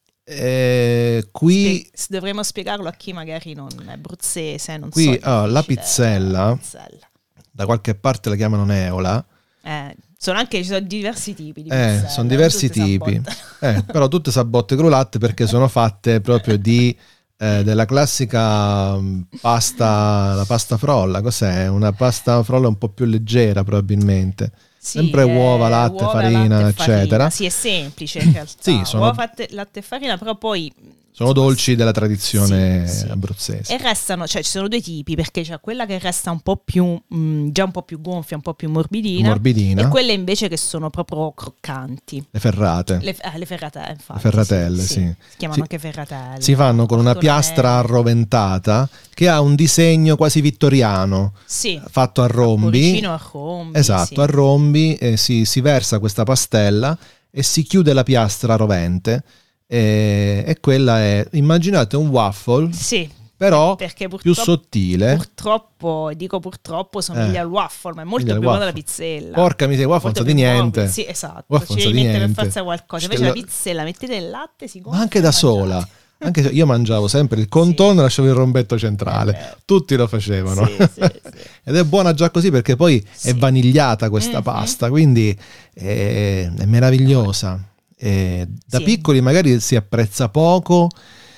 [SPEAKER 1] qui...
[SPEAKER 2] Dovremmo spiegarlo a chi magari non è abruzzese, non
[SPEAKER 1] qui,
[SPEAKER 2] so.
[SPEAKER 1] La pizzella, da qualche parte la chiamano neola.
[SPEAKER 2] Ci sono diversi tipi di pizzelle.
[SPEAKER 1] Sono diversi tipi, però tutte sabbotte grulatte, perché sono fatte proprio della classica pasta, la pasta frolla. Cos'è? Una pasta frolla un po' più leggera probabilmente. Sì, sempre uova, latte, farina, eccetera.
[SPEAKER 2] Sì, è semplice in realtà.
[SPEAKER 1] Sì,
[SPEAKER 2] uova, latte e farina, però poi...
[SPEAKER 1] Sono dolci della tradizione abruzzese.
[SPEAKER 2] E restano, cioè ci sono due tipi, perché c'è quella che resta un po' più, già un po' più gonfia, un po' più morbidina. E quelle invece che sono proprio croccanti.
[SPEAKER 1] Le ferrate.
[SPEAKER 2] Le ferrate, infatti.
[SPEAKER 1] Le ferratelle, sì.
[SPEAKER 2] Si chiamano anche ferratelle.
[SPEAKER 1] Si fanno con una piastra arroventata che ha un disegno quasi vittoriano.
[SPEAKER 2] Sì.
[SPEAKER 1] Fatto a rombi.
[SPEAKER 2] Vicino a rombi.
[SPEAKER 1] Esatto, a rombi, si versa questa pastella e si chiude la piastra rovente. E quella è, immaginate un waffle, però più sottile.
[SPEAKER 2] Purtroppo somiglia al waffle, ma è molto più buona la pizzella.
[SPEAKER 1] Porca miseria, waffle non sa di niente.
[SPEAKER 2] Sì, esatto, ci devi mettere per forza qualcosa. Invece la pizzella mettete il latte, si gonfia.
[SPEAKER 1] Ma anche da sola. Anche se io mangiavo sempre il contorno e lasciavo il rombetto centrale, tutti lo facevano. Ed è buona già così, perché poi è vanigliata questa pasta, quindi è meravigliosa. Da piccoli magari si apprezza poco,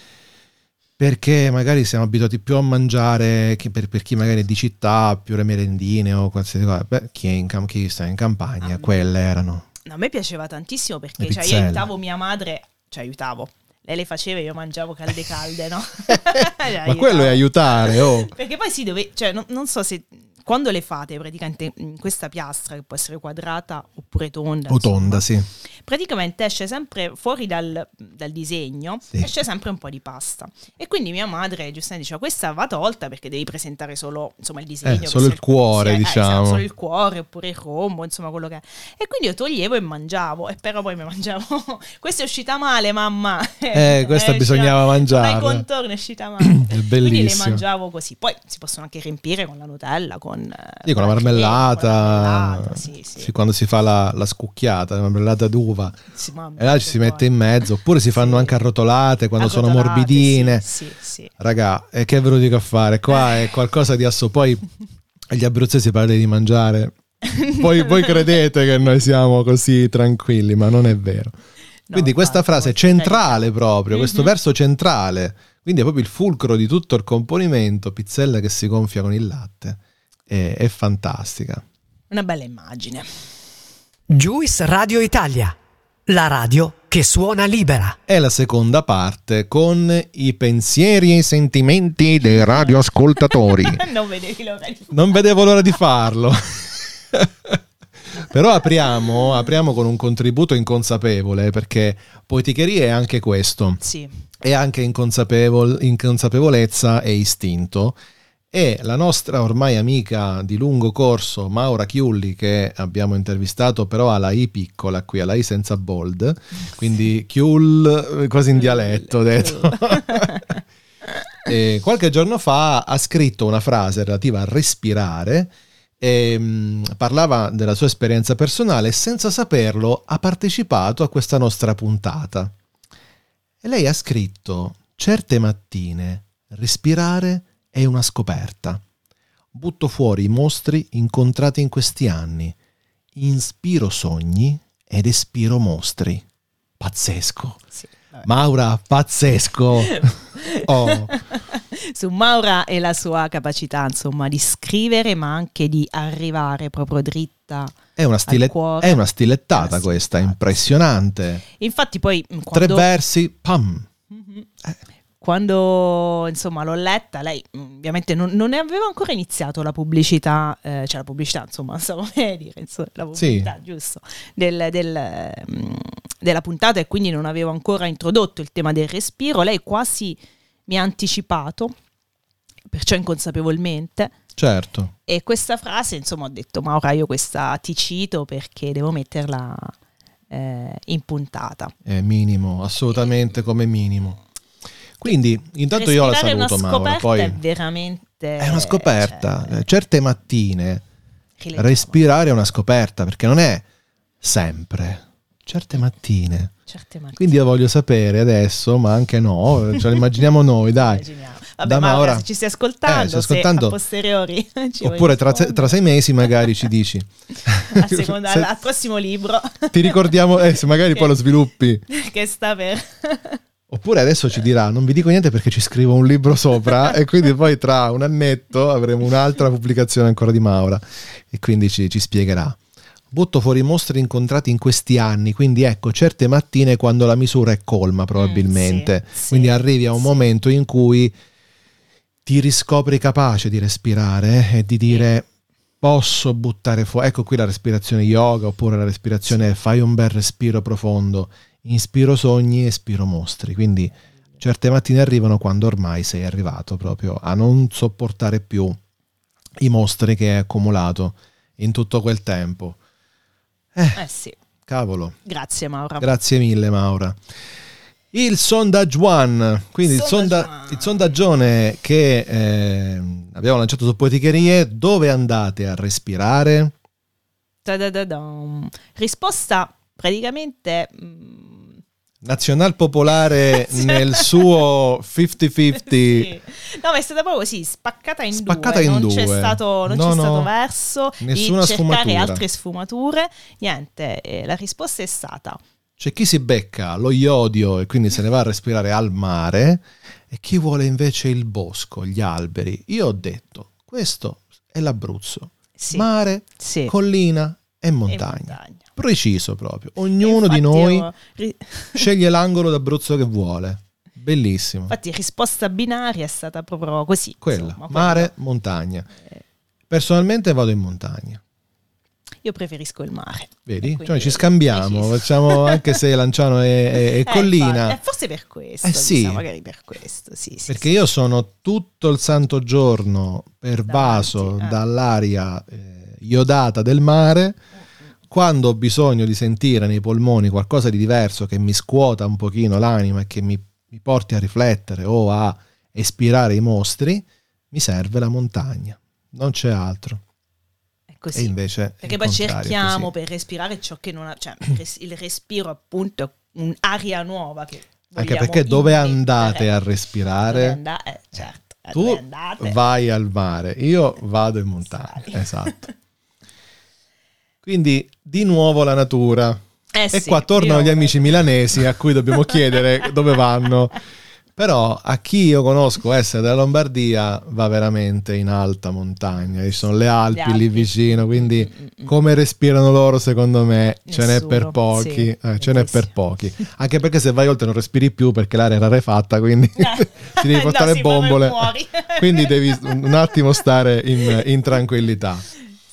[SPEAKER 1] perché magari siamo abituati più a mangiare, che per chi magari è di città, più le merendine o qualsiasi cosa. Chi sta in campagna, quelle erano.
[SPEAKER 2] A me piaceva tantissimo, perché io aiutavo mia madre, lei le faceva e io mangiavo calde, no?
[SPEAKER 1] Ma quello è aiutare,
[SPEAKER 2] Perché poi non so se quando le fate praticamente in questa piastra, che può essere quadrata oppure tonda.
[SPEAKER 1] O tonda, sì.
[SPEAKER 2] Praticamente esce sempre fuori dal disegno, esce sempre un po' di pasta. E quindi mia madre giustamente diceva: questa va tolta perché devi presentare solo, insomma, il disegno.
[SPEAKER 1] Solo il cuore, diciamo.
[SPEAKER 2] Solo il cuore oppure il rombo, insomma, quello che è. E quindi io toglievo e mangiavo. E però poi mi mangiavo: questa è uscita male, mamma.
[SPEAKER 1] Questa bisognava mangiare.
[SPEAKER 2] Ma il contorno è uscita male.
[SPEAKER 1] È bellissimo.
[SPEAKER 2] Quindi le mangiavo così. Poi si possono anche riempire con la Nutella, con
[SPEAKER 1] la marmellata,
[SPEAKER 2] sì.
[SPEAKER 1] Quando si fa la scucchiata, la marmellata d'uva, e là ci si mette in mezzo, oppure si fanno anche arrotolate quando sono morbidine.
[SPEAKER 2] Sì.
[SPEAKER 1] Raga, e che ve lo dico a fare? Qua è qualcosa di poi agli abruzzesi parla di mangiare. Voi credete che noi siamo così tranquilli, ma non è vero. Quindi questa frase centrale proprio, questo verso centrale, quindi è proprio il fulcro di tutto il componimento, pizzella che si gonfia con il latte. È fantastica.
[SPEAKER 2] Una bella immagine.
[SPEAKER 3] Juice Radio Italia, la radio che suona libera.
[SPEAKER 1] È la seconda parte con i pensieri e i sentimenti dei radioascoltatori.
[SPEAKER 2] Non vedevi l'ora di farlo.
[SPEAKER 1] Non vedevo l'ora di farlo. Però apriamo con un contributo inconsapevole, perché poeticheria è anche questo.
[SPEAKER 2] Sì.
[SPEAKER 1] È anche inconsapevolezza e istinto. E la nostra ormai amica di lungo corso, Maura Chiulli, che abbiamo intervistato, però alla I piccola qui, alla I senza bold, quindi Chiul quasi in dialetto, ho detto. E qualche giorno fa ha scritto una frase relativa a respirare e parlava della sua esperienza personale e senza saperlo ha partecipato a questa nostra puntata. E lei ha scritto: certe mattine respirare è una scoperta. Butto fuori i mostri incontrati in questi anni. Inspiro sogni ed espiro mostri. Pazzesco.
[SPEAKER 2] Sì,
[SPEAKER 1] Maura, pazzesco. Oh.
[SPEAKER 2] Su Maura e la sua capacità, insomma, di scrivere, ma anche di arrivare proprio dritta.
[SPEAKER 1] È una stilettata
[SPEAKER 2] stilettata,
[SPEAKER 1] questa, impressionante.
[SPEAKER 2] Infatti poi quando...
[SPEAKER 1] 3 versi, pam.
[SPEAKER 2] Quando insomma l'ho letta, lei ovviamente non ne aveva ancora iniziato la pubblicità, cioè la pubblicità, insomma, stavo a dire, insomma, la pubblicità, sì, giusto, della puntata, e quindi non avevo ancora introdotto il tema del respiro. Lei quasi mi ha anticipato, perciò inconsapevolmente.
[SPEAKER 1] Certo.
[SPEAKER 2] E questa frase, insomma, ho detto: Maura, io questa ti cito perché devo metterla in puntata.
[SPEAKER 1] È minimo, assolutamente come minimo. Quindi intanto io la saluto, Maura, poi
[SPEAKER 2] è veramente
[SPEAKER 1] è una scoperta,
[SPEAKER 2] cioè,
[SPEAKER 1] certe mattine respirare è una scoperta, perché non è sempre, certe mattine. Quindi io voglio sapere adesso, ma anche no, ce lo immaginiamo noi, dai.
[SPEAKER 2] Vabbè,
[SPEAKER 1] da
[SPEAKER 2] Maura,
[SPEAKER 1] Maura,
[SPEAKER 2] se ci stai ascoltando, se a posteriori
[SPEAKER 1] oppure tra 6 mesi magari ci dici
[SPEAKER 2] a seconda, al prossimo libro
[SPEAKER 1] ti ricordiamo, se magari poi lo sviluppi,
[SPEAKER 2] che sta per...
[SPEAKER 1] Oppure adesso ci dirà: non vi dico niente perché ci scrivo un libro sopra, e quindi poi tra un annetto avremo un'altra pubblicazione ancora di Maura, e quindi ci spiegherà. Butto fuori i mostri incontrati in questi anni, quindi ecco, certe mattine quando la misura è colma probabilmente,
[SPEAKER 2] sì,
[SPEAKER 1] quindi arrivi a un momento in cui ti riscopri capace di respirare e di dire: posso buttare fuori. Ecco qui la respirazione yoga, oppure la respirazione fai un bel respiro profondo. Inspiro sogni, espiro mostri. Quindi certe mattine arrivano quando ormai sei arrivato proprio a non sopportare più i mostri che hai accumulato in tutto quel tempo.
[SPEAKER 2] Sì.
[SPEAKER 1] Cavolo.
[SPEAKER 2] Grazie, Maura.
[SPEAKER 1] Grazie mille, Maura. Il Sondage One, quindi il sondaggione che abbiamo lanciato su Poeticherie. Dove andate a respirare?
[SPEAKER 2] Risposta praticamente
[SPEAKER 1] Nazional Popolare nel suo 50-50.
[SPEAKER 2] Sì. No, ma è stata proprio così, spaccata in due. C'è stato verso
[SPEAKER 1] nessuna
[SPEAKER 2] di cercare
[SPEAKER 1] sfumatura.
[SPEAKER 2] altre sfumature. Niente, la risposta è stata:
[SPEAKER 1] c'è chi si becca lo iodio e quindi se ne va a respirare al mare, e chi vuole invece il bosco, gli alberi. Io ho detto: questo è l'Abruzzo. Sì. Mare, sì, collina e montagna. Preciso proprio. Ognuno di noi sceglie l'angolo d'Abruzzo che vuole. Bellissimo.
[SPEAKER 2] Infatti risposta binaria è stata proprio così.
[SPEAKER 1] Quella, insomma, mare, montagna. Personalmente vado in montagna.
[SPEAKER 2] Io preferisco il mare.
[SPEAKER 1] Vedi? Cioè ci scambiamo, facciamo, anche se Lanciano è collina.
[SPEAKER 2] Forse per questo,
[SPEAKER 1] sì.
[SPEAKER 2] Magari per questo, sì.
[SPEAKER 1] Perché io sono tutto il santo giorno pervaso dall'aria iodata del mare. Quando ho bisogno di sentire nei polmoni qualcosa di diverso che mi scuota un pochino l'anima e che mi porti a riflettere o a espirare i mostri, mi serve la montagna. Non c'è altro.
[SPEAKER 2] Così.
[SPEAKER 1] E invece
[SPEAKER 2] perché poi cerchiamo per respirare ciò che non ha, cioè il respiro appunto è un'aria nuova che
[SPEAKER 1] anche perché dove andate a respirare?
[SPEAKER 2] Certo,
[SPEAKER 1] tu vai al mare, io vado in montagna. Esatto. Quindi di nuovo la natura. E qua tornano gli amici milanesi a cui dobbiamo chiedere dove vanno. Però a chi io conosco essere della Lombardia va veramente in alta montagna, ci sono le Alpi lì vicino, quindi come respirano loro secondo me ce n'è per pochi, ce n'è per pochi, anche perché se vai oltre non respiri più perché l'aria è rarefatta, quindi ti devi portare bombole, quindi devi un attimo stare in tranquillità.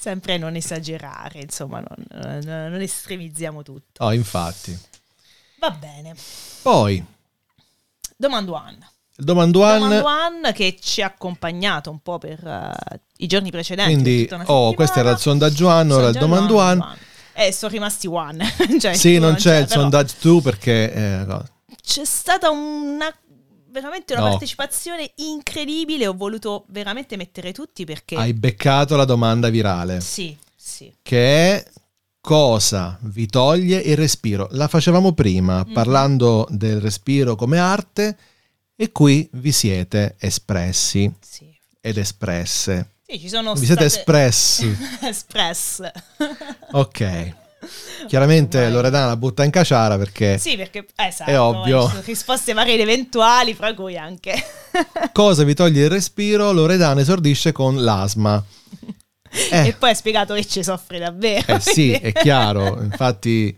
[SPEAKER 2] sempre non esagerare, insomma, non estremizziamo tutto.
[SPEAKER 1] Oh, infatti.
[SPEAKER 2] Va bene.
[SPEAKER 1] Poi,
[SPEAKER 2] Domanduan.
[SPEAKER 1] Domanduan,
[SPEAKER 2] che ci ha accompagnato un po' per i giorni precedenti.
[SPEAKER 1] quindi,
[SPEAKER 2] tutta una settimana.
[SPEAKER 1] questo era il sondaggio anno, ora il Domanduan.
[SPEAKER 2] Sono rimasti one. Cioè,
[SPEAKER 1] Sì, non c'è il
[SPEAKER 2] però
[SPEAKER 1] sondaggio 2 perché...
[SPEAKER 2] c'è stata veramente una
[SPEAKER 1] No.
[SPEAKER 2] partecipazione incredibile. Ho voluto veramente mettere tutti perché...
[SPEAKER 1] Hai beccato la domanda virale,
[SPEAKER 2] Sì.
[SPEAKER 1] che è: cosa vi toglie il respiro? La facevamo prima parlando del respiro come arte, e qui vi siete espressi
[SPEAKER 2] Sì.
[SPEAKER 1] ed espresse.
[SPEAKER 2] Sì, ci sono
[SPEAKER 1] Vi siete
[SPEAKER 2] state...
[SPEAKER 1] espressi.
[SPEAKER 2] Espress.
[SPEAKER 1] Ok. Chiaramente
[SPEAKER 2] Ormai.
[SPEAKER 1] Loredana la butta in caciara perché
[SPEAKER 2] Sì, perché esatto,
[SPEAKER 1] è ovvio.
[SPEAKER 2] ci sono risposte varie ed eventuali, fra cui anche...
[SPEAKER 1] cosa vi toglie il respiro? Loredana esordisce con l'asma.
[SPEAKER 2] E poi ha spiegato che ci soffre davvero.
[SPEAKER 1] Sì,
[SPEAKER 2] quindi-
[SPEAKER 1] è chiaro, infatti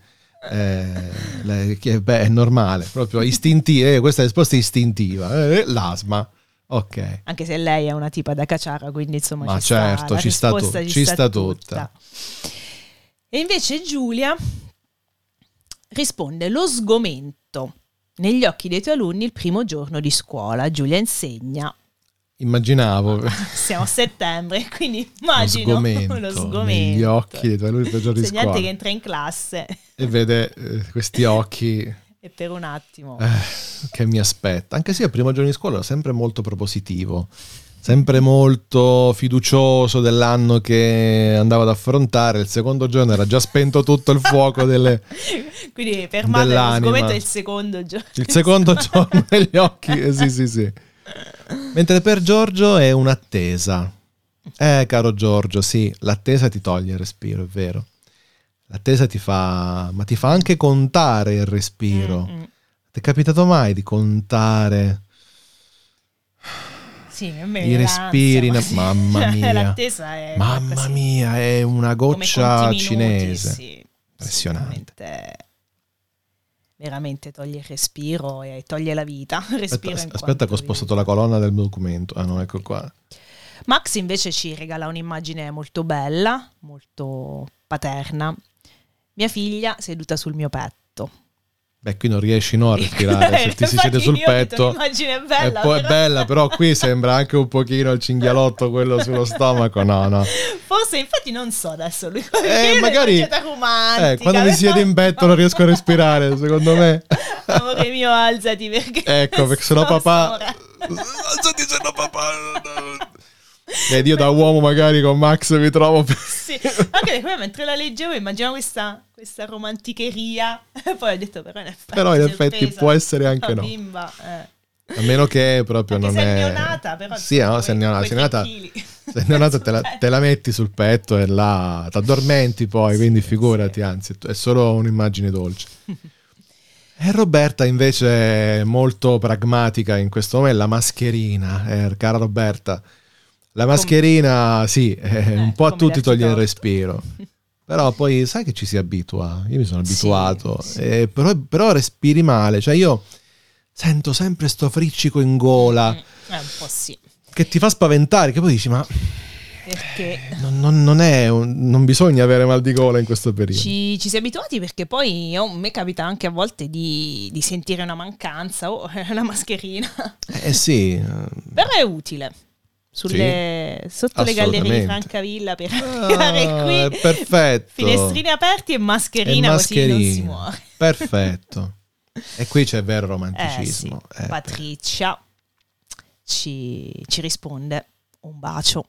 [SPEAKER 1] è normale, proprio istintiva, questa risposta è istintiva, l'asma, ok.
[SPEAKER 2] Anche se lei è una tipa da caciara, quindi insomma
[SPEAKER 1] Ma
[SPEAKER 2] ci sta,
[SPEAKER 1] certo,
[SPEAKER 2] la
[SPEAKER 1] ci sta
[SPEAKER 2] risposta
[SPEAKER 1] ci sta tutta.
[SPEAKER 2] E invece Giulia risponde: lo sgomento negli occhi dei tuoi alunni il primo giorno di scuola. Giulia insegna.
[SPEAKER 1] Immaginavo
[SPEAKER 2] Siamo a settembre, quindi
[SPEAKER 1] lo
[SPEAKER 2] immagino
[SPEAKER 1] sgomento,
[SPEAKER 2] lo sgomento
[SPEAKER 1] negli occhi dei tuoi alunni per giorno di
[SPEAKER 2] insegnante
[SPEAKER 1] scuola
[SPEAKER 2] che entra in classe
[SPEAKER 1] e vede questi occhi
[SPEAKER 2] e per un attimo
[SPEAKER 1] che mi aspetta. Anche se io il primo giorno di scuola ero sempre molto propositivo, sempre molto fiducioso dell'anno che andavo ad affrontare. Il secondo giorno era già spento tutto il fuoco
[SPEAKER 2] quindi per me lo
[SPEAKER 1] dell'anima.
[SPEAKER 2] sgomento è il secondo giorno.
[SPEAKER 1] Il secondo giorno negli occhi, sì. Mentre per Giorgio è un'attesa. Caro Giorgio, sì, l'attesa ti toglie il respiro, è vero. L'attesa ti fa anche contare il respiro. Ti è capitato mai di contare
[SPEAKER 2] Sì, a me
[SPEAKER 1] i respiri?
[SPEAKER 2] l'ansia, ma
[SPEAKER 1] Mamma mia.
[SPEAKER 2] L'attesa è
[SPEAKER 1] Mamma
[SPEAKER 2] qualcosa-
[SPEAKER 1] mia, è una
[SPEAKER 2] come
[SPEAKER 1] goccia
[SPEAKER 2] conti minuti,
[SPEAKER 1] cinese.
[SPEAKER 2] sì.
[SPEAKER 1] Impressionante.
[SPEAKER 2] Veramente toglie il respiro e toglie la vita.
[SPEAKER 1] Aspetta che ho spostato la colonna del documento. Ah no, ecco qua.
[SPEAKER 2] Max invece ci regala un'immagine molto bella, molto paterna. Mia figlia seduta sul mio petto.
[SPEAKER 1] Beh, qui non riesci a respirare se ti si siede sul petto.
[SPEAKER 2] L'immagine è bella,
[SPEAKER 1] E poi è bella, però qui sembra anche un pochino il cinghialotto quello sullo stomaco. No.
[SPEAKER 2] Forse, infatti, non so adesso. Lui
[SPEAKER 1] Magari
[SPEAKER 2] romantica,
[SPEAKER 1] quando mi siede in petto non riesco a respirare, secondo me.
[SPEAKER 2] Amore mio, alzati perché...
[SPEAKER 1] Ecco, perché sennò papà... Alzati, sennò papà... Vedi, io da uomo magari con Max mi trovo...
[SPEAKER 2] Sì, anche perché mentre la leggevo immaginavo questa romanticheria. E poi ho detto però in effetti
[SPEAKER 1] può essere anche no.
[SPEAKER 2] Bimba,
[SPEAKER 1] A meno che proprio
[SPEAKER 2] anche
[SPEAKER 1] non
[SPEAKER 2] se
[SPEAKER 1] è...
[SPEAKER 2] neonata, però...
[SPEAKER 1] Sì, no, se è neonata te la metti sul petto e là t'addormenti poi,
[SPEAKER 2] Sì,
[SPEAKER 1] quindi figurati,
[SPEAKER 2] sì.
[SPEAKER 1] anzi, è solo un'immagine dolce. E Roberta invece è molto pragmatica in questo momento, la mascherina, cara Roberta. La mascherina, sì, un po' a
[SPEAKER 2] come
[SPEAKER 1] tutti
[SPEAKER 2] le
[SPEAKER 1] toglie il
[SPEAKER 2] architetto.
[SPEAKER 1] respiro. Però poi sai che ci si abitua, io mi sono abituato,
[SPEAKER 2] Sì.
[SPEAKER 1] però respiri male, cioè io sento sempre sto friccico in gola
[SPEAKER 2] Un po' sì.
[SPEAKER 1] che ti fa spaventare, che poi dici ma
[SPEAKER 2] Perché
[SPEAKER 1] non bisogna avere mal di gola in questo periodo.
[SPEAKER 2] ci si è abituati, perché poi a me capita anche a volte di sentire una mancanza o una mascherina.
[SPEAKER 1] Sì.
[SPEAKER 2] Però è utile. Sotto le gallerie di
[SPEAKER 1] assolutamente.
[SPEAKER 2] Francavilla per arrivare qui.
[SPEAKER 1] È perfetto.
[SPEAKER 2] Finestrini aperti e mascherina, così non si muore.
[SPEAKER 1] Perfetto. E qui c'è vero romanticismo.
[SPEAKER 2] Sì. Patricia ci risponde: un bacio.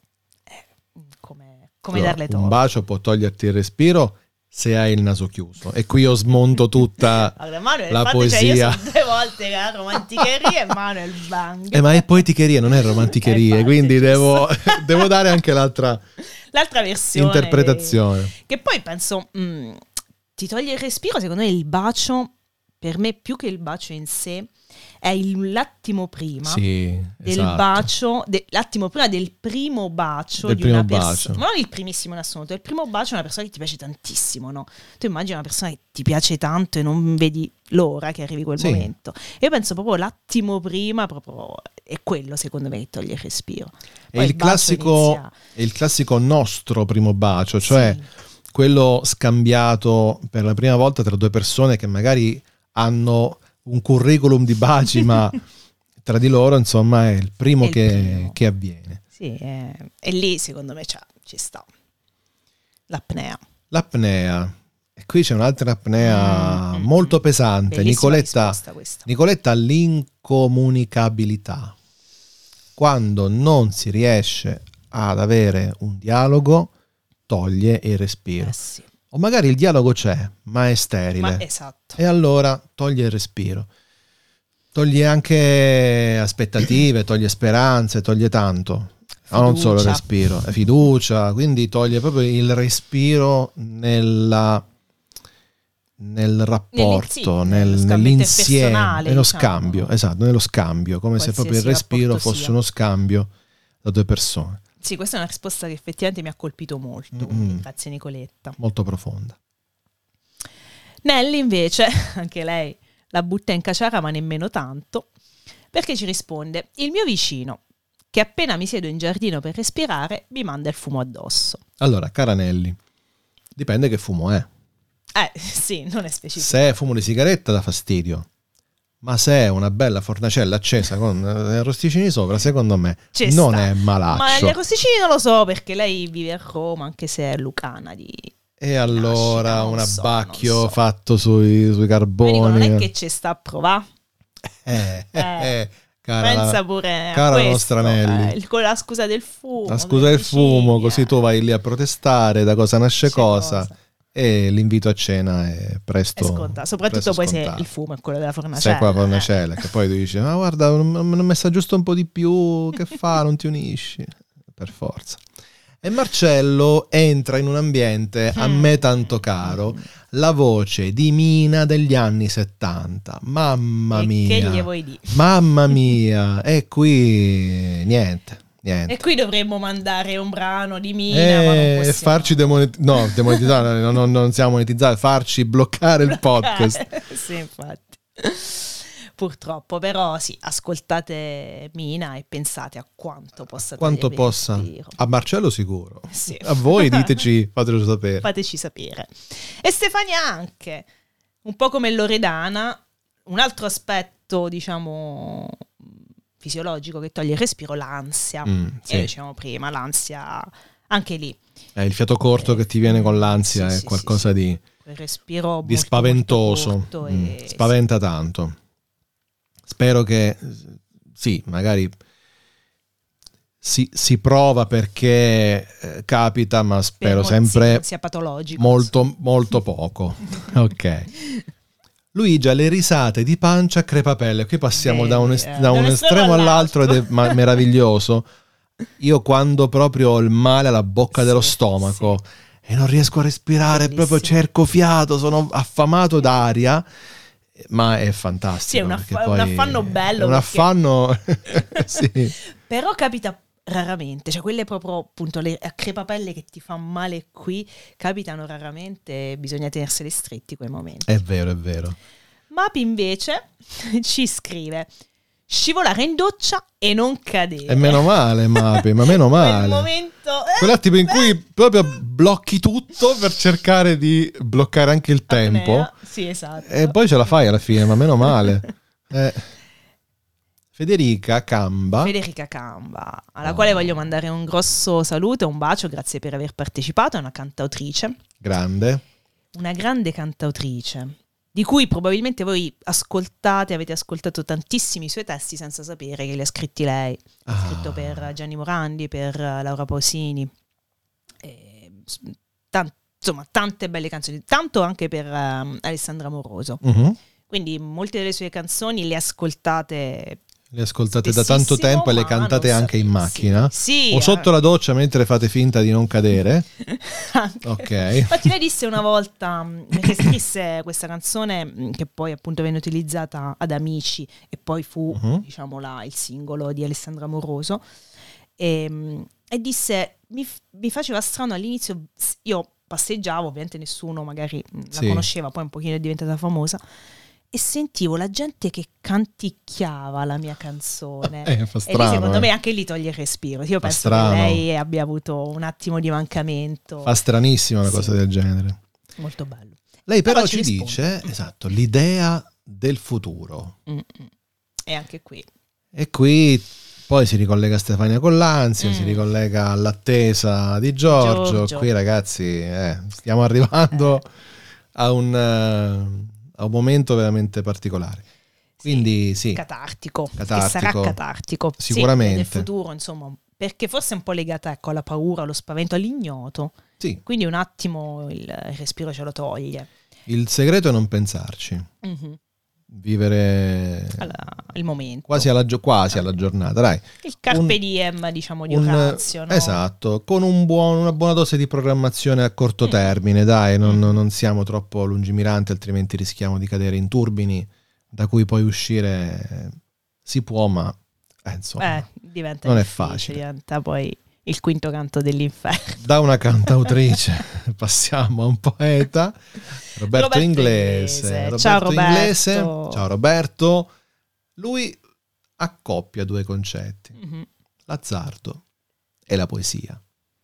[SPEAKER 2] Come darle torto.
[SPEAKER 1] Un bacio può toglierti il respiro se hai il naso chiuso. E qui io smonto tutta
[SPEAKER 2] Allora, Manuel,
[SPEAKER 1] la
[SPEAKER 2] infatti,
[SPEAKER 1] poesia.
[SPEAKER 2] io sono 2 volte la romanticheria e Manuel bang.
[SPEAKER 1] Ma è poeticheria, non è romanticheria,
[SPEAKER 2] Infatti,
[SPEAKER 1] quindi
[SPEAKER 2] giusto.
[SPEAKER 1] devo dare anche l'altra
[SPEAKER 2] versione
[SPEAKER 1] interpretazione.
[SPEAKER 2] che poi penso ti toglie il respiro. Secondo me il bacio per me più che il bacio in sé è l'attimo prima
[SPEAKER 1] Sì,
[SPEAKER 2] del
[SPEAKER 1] esatto.
[SPEAKER 2] bacio, l'attimo prima del primo bacio
[SPEAKER 1] Del
[SPEAKER 2] di una
[SPEAKER 1] primo
[SPEAKER 2] persona,
[SPEAKER 1] bacio.
[SPEAKER 2] ma non il primissimo in assoluto, il primo bacio è una persona che ti piace tantissimo, no? Tu immagini una persona che ti piace tanto e non vedi l'ora che arrivi quel
[SPEAKER 1] Sì.
[SPEAKER 2] momento. Io penso proprio l'attimo prima, proprio è quello secondo me che toglie il respiro.
[SPEAKER 1] È
[SPEAKER 2] Poi
[SPEAKER 1] il
[SPEAKER 2] il bacio
[SPEAKER 1] classico,
[SPEAKER 2] inizia-
[SPEAKER 1] è il classico nostro primo bacio, cioè
[SPEAKER 2] Sì.
[SPEAKER 1] quello scambiato per la prima volta tra due persone che magari hanno un curriculum di baci, ma tra di loro, insomma, è il primo,
[SPEAKER 2] È il primo.
[SPEAKER 1] che avviene.
[SPEAKER 2] Sì, e lì secondo me ci sta l'apnea.
[SPEAKER 1] L'apnea. E qui c'è un'altra apnea molto pesante.
[SPEAKER 2] Bellissima
[SPEAKER 1] Nicoletta,
[SPEAKER 2] risposta questa.
[SPEAKER 1] Nicoletta, l'incomunicabilità. Quando non si riesce ad avere un dialogo, toglie il respiro.
[SPEAKER 2] Sì.
[SPEAKER 1] O magari il dialogo c'è, ma è sterile.
[SPEAKER 2] Ma esatto.
[SPEAKER 1] E allora toglie il respiro. Toglie anche aspettative, toglie speranze, toglie tanto. Ma non solo il
[SPEAKER 2] Fiducia.
[SPEAKER 1] respiro, è fiducia, quindi toglie proprio il respiro nel rapporto,
[SPEAKER 2] Sì, nello scambio
[SPEAKER 1] nell'insieme,
[SPEAKER 2] interpersonale,
[SPEAKER 1] nello
[SPEAKER 2] diciamo.
[SPEAKER 1] scambio, esatto, nello scambio, come se proprio il
[SPEAKER 2] Qualsiasi
[SPEAKER 1] respiro
[SPEAKER 2] rapporto
[SPEAKER 1] fosse
[SPEAKER 2] sia.
[SPEAKER 1] uno scambio da due persone,
[SPEAKER 2] Sì, questa è una risposta che effettivamente mi ha colpito molto. Quindi grazie Nicoletta.
[SPEAKER 1] molto profonda.
[SPEAKER 2] Nelly invece, anche lei la butta in caciara ma nemmeno tanto, perché ci risponde: il mio vicino, che appena mi siedo in giardino per respirare, mi manda il fumo addosso.
[SPEAKER 1] Allora, Caranelli, dipende che fumo è.
[SPEAKER 2] Sì, non è specifico.
[SPEAKER 1] Se è fumo di sigaretta dà fastidio, ma se è una bella fornacella accesa con arrosticini sopra, secondo me
[SPEAKER 2] Ci
[SPEAKER 1] non
[SPEAKER 2] sta.
[SPEAKER 1] è
[SPEAKER 2] Ma
[SPEAKER 1] malaccio.
[SPEAKER 2] gli arrosticini non lo so, perché lei vive a Roma, anche se è lucana di...
[SPEAKER 1] E allora
[SPEAKER 2] nascita, non
[SPEAKER 1] un
[SPEAKER 2] so,
[SPEAKER 1] abbacchio
[SPEAKER 2] non so.
[SPEAKER 1] fatto sui
[SPEAKER 2] Ma
[SPEAKER 1] carboni.
[SPEAKER 2] dico, non è che ci sta a provare.
[SPEAKER 1] Cara
[SPEAKER 2] Pensa pure a
[SPEAKER 1] cara
[SPEAKER 2] questo,
[SPEAKER 1] nostra Nelly.
[SPEAKER 2] con la scusa del fumo.
[SPEAKER 1] La scusa del fumo,
[SPEAKER 2] vicini,
[SPEAKER 1] così tu vai lì a protestare, da cosa nasce
[SPEAKER 2] C'è
[SPEAKER 1] cosa. E l'invito a cena è presto
[SPEAKER 2] È scontato, soprattutto
[SPEAKER 1] presto
[SPEAKER 2] poi
[SPEAKER 1] scontato.
[SPEAKER 2] se il fumo è quello della
[SPEAKER 1] Se
[SPEAKER 2] fornacella.
[SPEAKER 1] è quella fornacella, che poi tu dici, ma guarda, non messa giusto un po' di più, che fa, non ti unisci? Per forza. E Marcello entra in un ambiente a me tanto caro, la voce di Mina degli anni 70. Mamma
[SPEAKER 2] E
[SPEAKER 1] mia.
[SPEAKER 2] che gli vuoi dire?
[SPEAKER 1] Mamma mia. E qui niente.
[SPEAKER 2] E qui dovremmo mandare un brano di Mina, ma non possiamo.
[SPEAKER 1] Farci demonetizzare, non siamo monetizzati, farci bloccare il podcast.
[SPEAKER 2] Sì, infatti. Purtroppo, però sì, ascoltate Mina e pensate a quanto possa
[SPEAKER 1] Quanto
[SPEAKER 2] togliervi il
[SPEAKER 1] possa.
[SPEAKER 2] respiro.
[SPEAKER 1] A Marcello sicuro.
[SPEAKER 2] Sì.
[SPEAKER 1] A voi diteci, fatelo sapere.
[SPEAKER 2] Fateci sapere. E Stefania anche, un po' come Loredana, un altro aspetto, diciamo, fisiologico che toglie il respiro, l'ansia.
[SPEAKER 1] Sì.
[SPEAKER 2] E diciamo prima, l'ansia, anche lì.
[SPEAKER 1] Il fiato corto che ti viene con l'ansia
[SPEAKER 2] sì,
[SPEAKER 1] è
[SPEAKER 2] sì,
[SPEAKER 1] qualcosa
[SPEAKER 2] sì.
[SPEAKER 1] di
[SPEAKER 2] Quel respiro
[SPEAKER 1] di
[SPEAKER 2] molto,
[SPEAKER 1] spaventoso.
[SPEAKER 2] molto corto e
[SPEAKER 1] Spaventa tanto. Spero che sì, magari si prova perché capita, ma spero sempre
[SPEAKER 2] non sia patologico.
[SPEAKER 1] molto, molto poco. Ok. Luigia, le risate di pancia a crepapelle. Qui passiamo da un estremo all'altro ed è meraviglioso. Io quando proprio ho il male alla bocca dello stomaco e non riesco a respirare,
[SPEAKER 2] Bellissimo.
[SPEAKER 1] proprio cerco fiato, sono affamato d'aria, ma è fantastico.
[SPEAKER 2] Sì, è un
[SPEAKER 1] poi
[SPEAKER 2] affanno bello.
[SPEAKER 1] È un affanno, sì.
[SPEAKER 2] Però capita raramente, cioè quelle proprio appunto le crepapelle che ti fa male qui capitano raramente, bisogna tenerseli stretti quei momenti.
[SPEAKER 1] È vero, è vero.
[SPEAKER 2] Mapi invece ci scrive: scivolare in doccia e non cadere.
[SPEAKER 1] E meno male, Mapi, ma meno male.
[SPEAKER 2] Quel momento
[SPEAKER 1] Quell'attimo in cui proprio blocchi tutto per cercare di bloccare anche il tempo.
[SPEAKER 2] apnea. Sì, esatto.
[SPEAKER 1] E poi ce la fai alla fine, ma meno male. Federica Camba.
[SPEAKER 2] Alla quale voglio mandare un grosso saluto e un bacio, grazie per aver partecipato. È una cantautrice,
[SPEAKER 1] Grande.
[SPEAKER 2] una grande cantautrice, di cui probabilmente voi avete ascoltato tantissimi suoi testi senza sapere che li ha scritti lei. Ha scritto per Gianni Morandi, per Laura Pausini, insomma tante belle canzoni, tanto anche per Alessandra Moroso.
[SPEAKER 1] Mhm.
[SPEAKER 2] Quindi molte delle sue canzoni le ascoltate
[SPEAKER 1] Le ascoltate da tanto tempo e le cantate anche in macchina?
[SPEAKER 2] Sì.
[SPEAKER 1] O sotto la doccia mentre fate finta di non cadere? Ok.
[SPEAKER 2] Infatti lei disse una volta, che scrisse questa canzone che poi appunto venne utilizzata ad Amici e poi fu, diciamo, il singolo di Alessandra Amoroso, e disse, mi faceva strano all'inizio, io passeggiavo, ovviamente nessuno magari la conosceva, poi un pochino è diventata famosa, e sentivo la gente che canticchiava la mia canzone.
[SPEAKER 1] Fa strano,
[SPEAKER 2] e lì secondo me anche lì toglie il respiro. Io penso che lei abbia avuto un attimo di mancamento.
[SPEAKER 1] Fa stranissima una cosa del genere.
[SPEAKER 2] Molto bello.
[SPEAKER 1] Lei però ci dice, esatto, l'idea del futuro.
[SPEAKER 2] E anche qui.
[SPEAKER 1] E qui poi si ricollega Stefania con l'ansia, si ricollega all'attesa di Giorgio. Qui ragazzi stiamo arrivando a un momento veramente particolare. Quindi sì.
[SPEAKER 2] Catartico. Che sarà catartico.
[SPEAKER 1] Sicuramente.
[SPEAKER 2] Nel futuro, insomma, perché forse è un po' legata, ecco, alla paura, allo spavento, all'ignoto.
[SPEAKER 1] Sì.
[SPEAKER 2] Quindi un attimo il respiro ce lo toglie.
[SPEAKER 1] Il segreto è non pensarci. Vivere
[SPEAKER 2] il momento.
[SPEAKER 1] Quasi alla giornata, dai.
[SPEAKER 2] Il carpe diem, diciamo, di Orazio, no?
[SPEAKER 1] Esatto, con una buona dose di programmazione a corto termine, dai, non siamo troppo lungimiranti, altrimenti rischiamo di cadere in turbini da cui poi uscire si può, ma insomma,
[SPEAKER 2] diventa
[SPEAKER 1] non è facile.
[SPEAKER 2] Diventa poi il quinto canto dell'inferno.
[SPEAKER 1] Da una cantautrice passiamo a un poeta, Roberto Inglese.
[SPEAKER 2] Ciao Roberto.
[SPEAKER 1] Inglese. Ciao Roberto. Lui accoppia due concetti, l'azzardo e la poesia.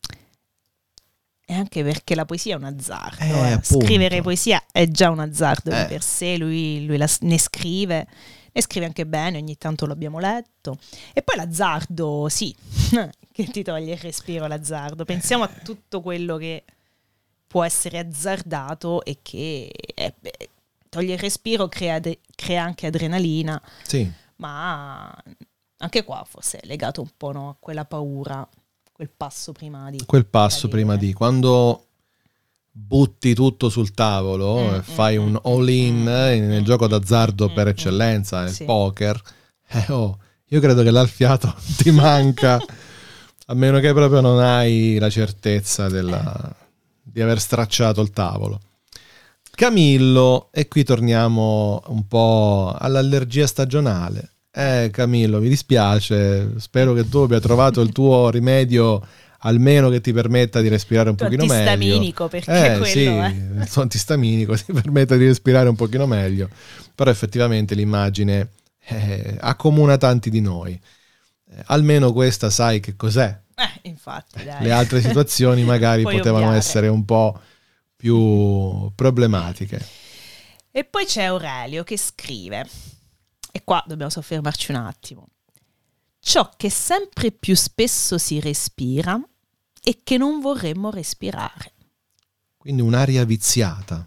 [SPEAKER 2] E anche perché la poesia è un azzardo. Scrivere poesia è già un azzardo per sé, lui ne scrive anche bene, ogni tanto lo abbiamo letto. E poi l'azzardo, sì, che ti toglie il respiro l'azzardo. Pensiamo a tutto quello che può essere azzardato e che toglie il respiro, crea anche adrenalina.
[SPEAKER 1] Sì.
[SPEAKER 2] Ma anche qua forse è legato un po', no, a quella paura, quel passo prima di
[SPEAKER 1] quando butti tutto sul tavolo e fai un all-in nel gioco d'azzardo per eccellenza, nel poker, io credo che l'alfiato ti manca, a meno che proprio non hai la certezza di aver stracciato il tavolo. Camillo, e qui torniamo un po' all'allergia stagionale. Camillo, mi dispiace, spero che tu abbia trovato il tuo rimedio, almeno che ti permetta di respirare un pochino meglio.
[SPEAKER 2] Antistaminico, perché quello
[SPEAKER 1] il suo antistaminico ti permetta di respirare un pochino meglio, però effettivamente l'immagine accomuna tanti di noi. Almeno questa sai che cos'è.
[SPEAKER 2] Infatti, dai.
[SPEAKER 1] Le altre situazioni magari potevano essere un po' più problematiche.
[SPEAKER 2] E poi c'è Aurelio che scrive, e qua dobbiamo soffermarci un attimo: ciò che sempre più spesso si respira e che non vorremmo respirare.
[SPEAKER 1] Quindi un'aria viziata.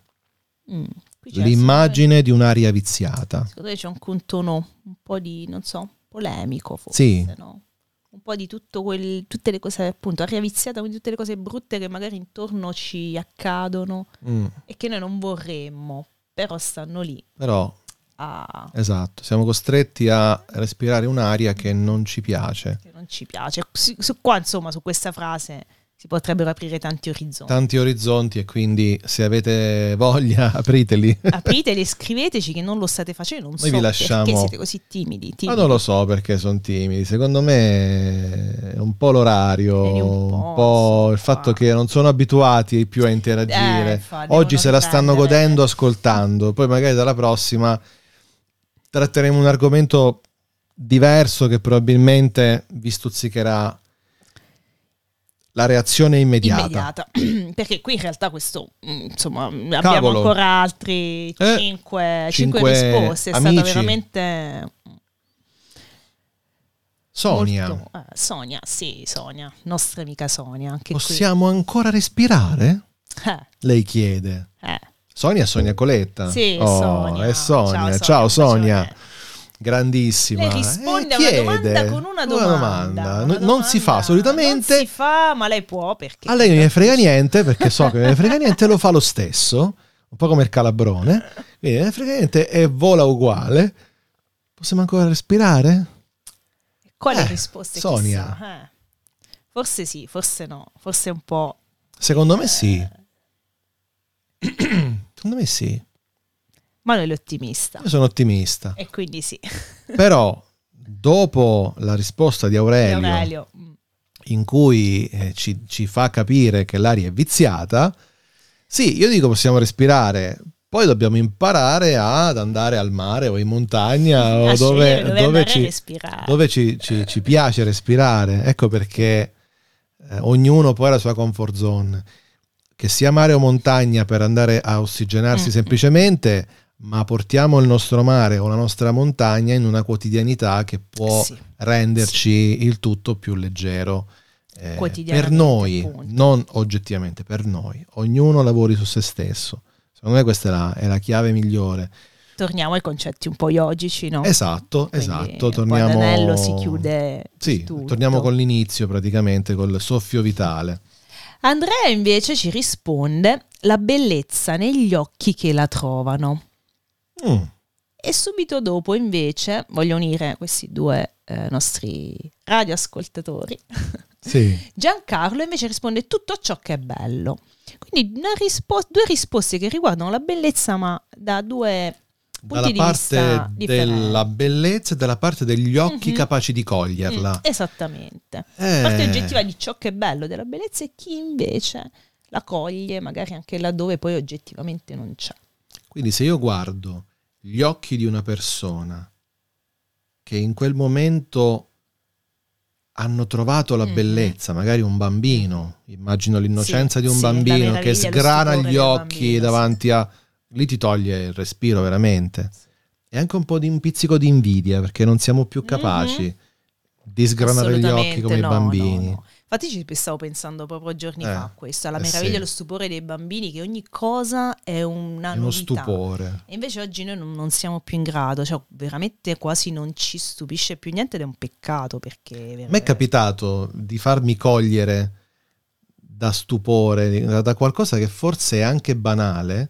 [SPEAKER 1] L'immagine di un'aria viziata.
[SPEAKER 2] Secondo me c'è anche un tono un po' di, non so, polemico forse,
[SPEAKER 1] sì.
[SPEAKER 2] No? Un po' di tutte le cose, appunto, aria viziata, quindi tutte le cose brutte che magari intorno ci accadono e che noi non vorremmo, però stanno lì.
[SPEAKER 1] Però, esatto, siamo costretti a respirare un'aria che non ci piace.
[SPEAKER 2] Qua, insomma, su questa frase si potrebbero aprire tanti orizzonti.
[SPEAKER 1] Tanti orizzonti, e quindi se avete voglia apriteli.
[SPEAKER 2] Apriteli e scriveteci che non lo state facendo. Non
[SPEAKER 1] Noi vi lasciamo...
[SPEAKER 2] perché siete così timidi.
[SPEAKER 1] Ma non lo so perché sono timidi. Secondo me è un po' l'orario, un po' il fatto che non sono abituati più a interagire. Oggi se la stanno godendo ascoltando, poi magari dalla prossima tratteremo un argomento diverso che probabilmente vi stuzzicherà la reazione immediata.
[SPEAKER 2] Perché qui in realtà questo, insomma, abbiamo ancora altri 5 risposte. È
[SPEAKER 1] amici.
[SPEAKER 2] stata veramente
[SPEAKER 1] Sonia.
[SPEAKER 2] Molto, Sonia, nostra amica Sonia. Anche
[SPEAKER 1] possiamo ancora respirare? Lei chiede. Sonia Coletta.
[SPEAKER 2] Sì,
[SPEAKER 1] Sonia. È Sonia. Ciao Sonia. Grandissima.
[SPEAKER 2] Lei risponde a una domanda con una domanda.
[SPEAKER 1] Non si fa solitamente.
[SPEAKER 2] Non si fa, ma lei può, perché
[SPEAKER 1] a lei non ne frega niente, perché so che non ne frega niente, lo fa lo stesso, un po' come il calabrone. Quindi non ne frega niente e vola uguale. Possiamo ancora respirare?
[SPEAKER 2] Quale risposta?
[SPEAKER 1] Sonia.
[SPEAKER 2] Chissà, Forse sì, forse no, forse un po'.
[SPEAKER 1] Secondo me sì. Secondo me sì.
[SPEAKER 2] Manuel è ottimista.
[SPEAKER 1] Io sono ottimista.
[SPEAKER 2] E quindi sì.
[SPEAKER 1] Però, dopo la risposta di Aurelio, in cui ci fa capire che l'aria è viziata, sì, io dico possiamo respirare. Poi dobbiamo imparare ad andare al mare o in montagna o dove ci piace respirare. Ecco perché ognuno poi ha la sua comfort zone. Che sia mare o montagna per andare a ossigenarsi semplicemente, ma portiamo il nostro mare o la nostra montagna in una quotidianità che può renderci il tutto più leggero. Per noi, appunto. Non oggettivamente, per noi. Ognuno lavori su se stesso. Secondo me questa è la chiave migliore.
[SPEAKER 2] Torniamo ai concetti un po' yogici, no?
[SPEAKER 1] Esatto. Torniamo.
[SPEAKER 2] L'anello si chiude.
[SPEAKER 1] Sì,
[SPEAKER 2] tutto.
[SPEAKER 1] Torniamo con l'inizio praticamente, col soffio vitale.
[SPEAKER 2] Andrea invece ci risponde: la bellezza negli occhi che la trovano. E subito dopo invece voglio unire questi due nostri radioascoltatori.
[SPEAKER 1] Sì.
[SPEAKER 2] Giancarlo invece risponde tutto ciò che è bello. Quindi due risposte che riguardano la bellezza, ma da due punti di vista differenti. Dalla parte
[SPEAKER 1] della bellezza e dalla parte degli occhi capaci di coglierla.
[SPEAKER 2] Esattamente. La parte oggettiva di ciò che è bello della bellezza e chi invece la coglie magari anche laddove poi oggettivamente non c'è.
[SPEAKER 1] Quindi se io guardo gli occhi di una persona che in quel momento hanno trovato la bellezza, magari un bambino, immagino l'innocenza di un bambino che sgrana gli occhi davanti a... Lì ti toglie il respiro veramente. E anche un po' di un pizzico di invidia, perché non siamo più capaci di sgranare gli occhi come i bambini.
[SPEAKER 2] No. Infatti ci stavo pensando proprio giorni fa a questo, alla meraviglia e lo stupore dei bambini, che ogni cosa è una
[SPEAKER 1] uno
[SPEAKER 2] novità.
[SPEAKER 1] Stupore.
[SPEAKER 2] E invece oggi noi non siamo più in grado, cioè veramente quasi non ci stupisce più niente ed è un peccato, perché...
[SPEAKER 1] A me è capitato di farmi cogliere da stupore, da qualcosa che forse è anche banale,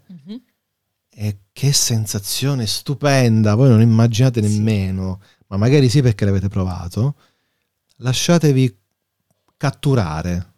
[SPEAKER 1] e che sensazione stupenda, voi non immaginate nemmeno, ma magari sì perché l'avete provato. Lasciatevi catturare.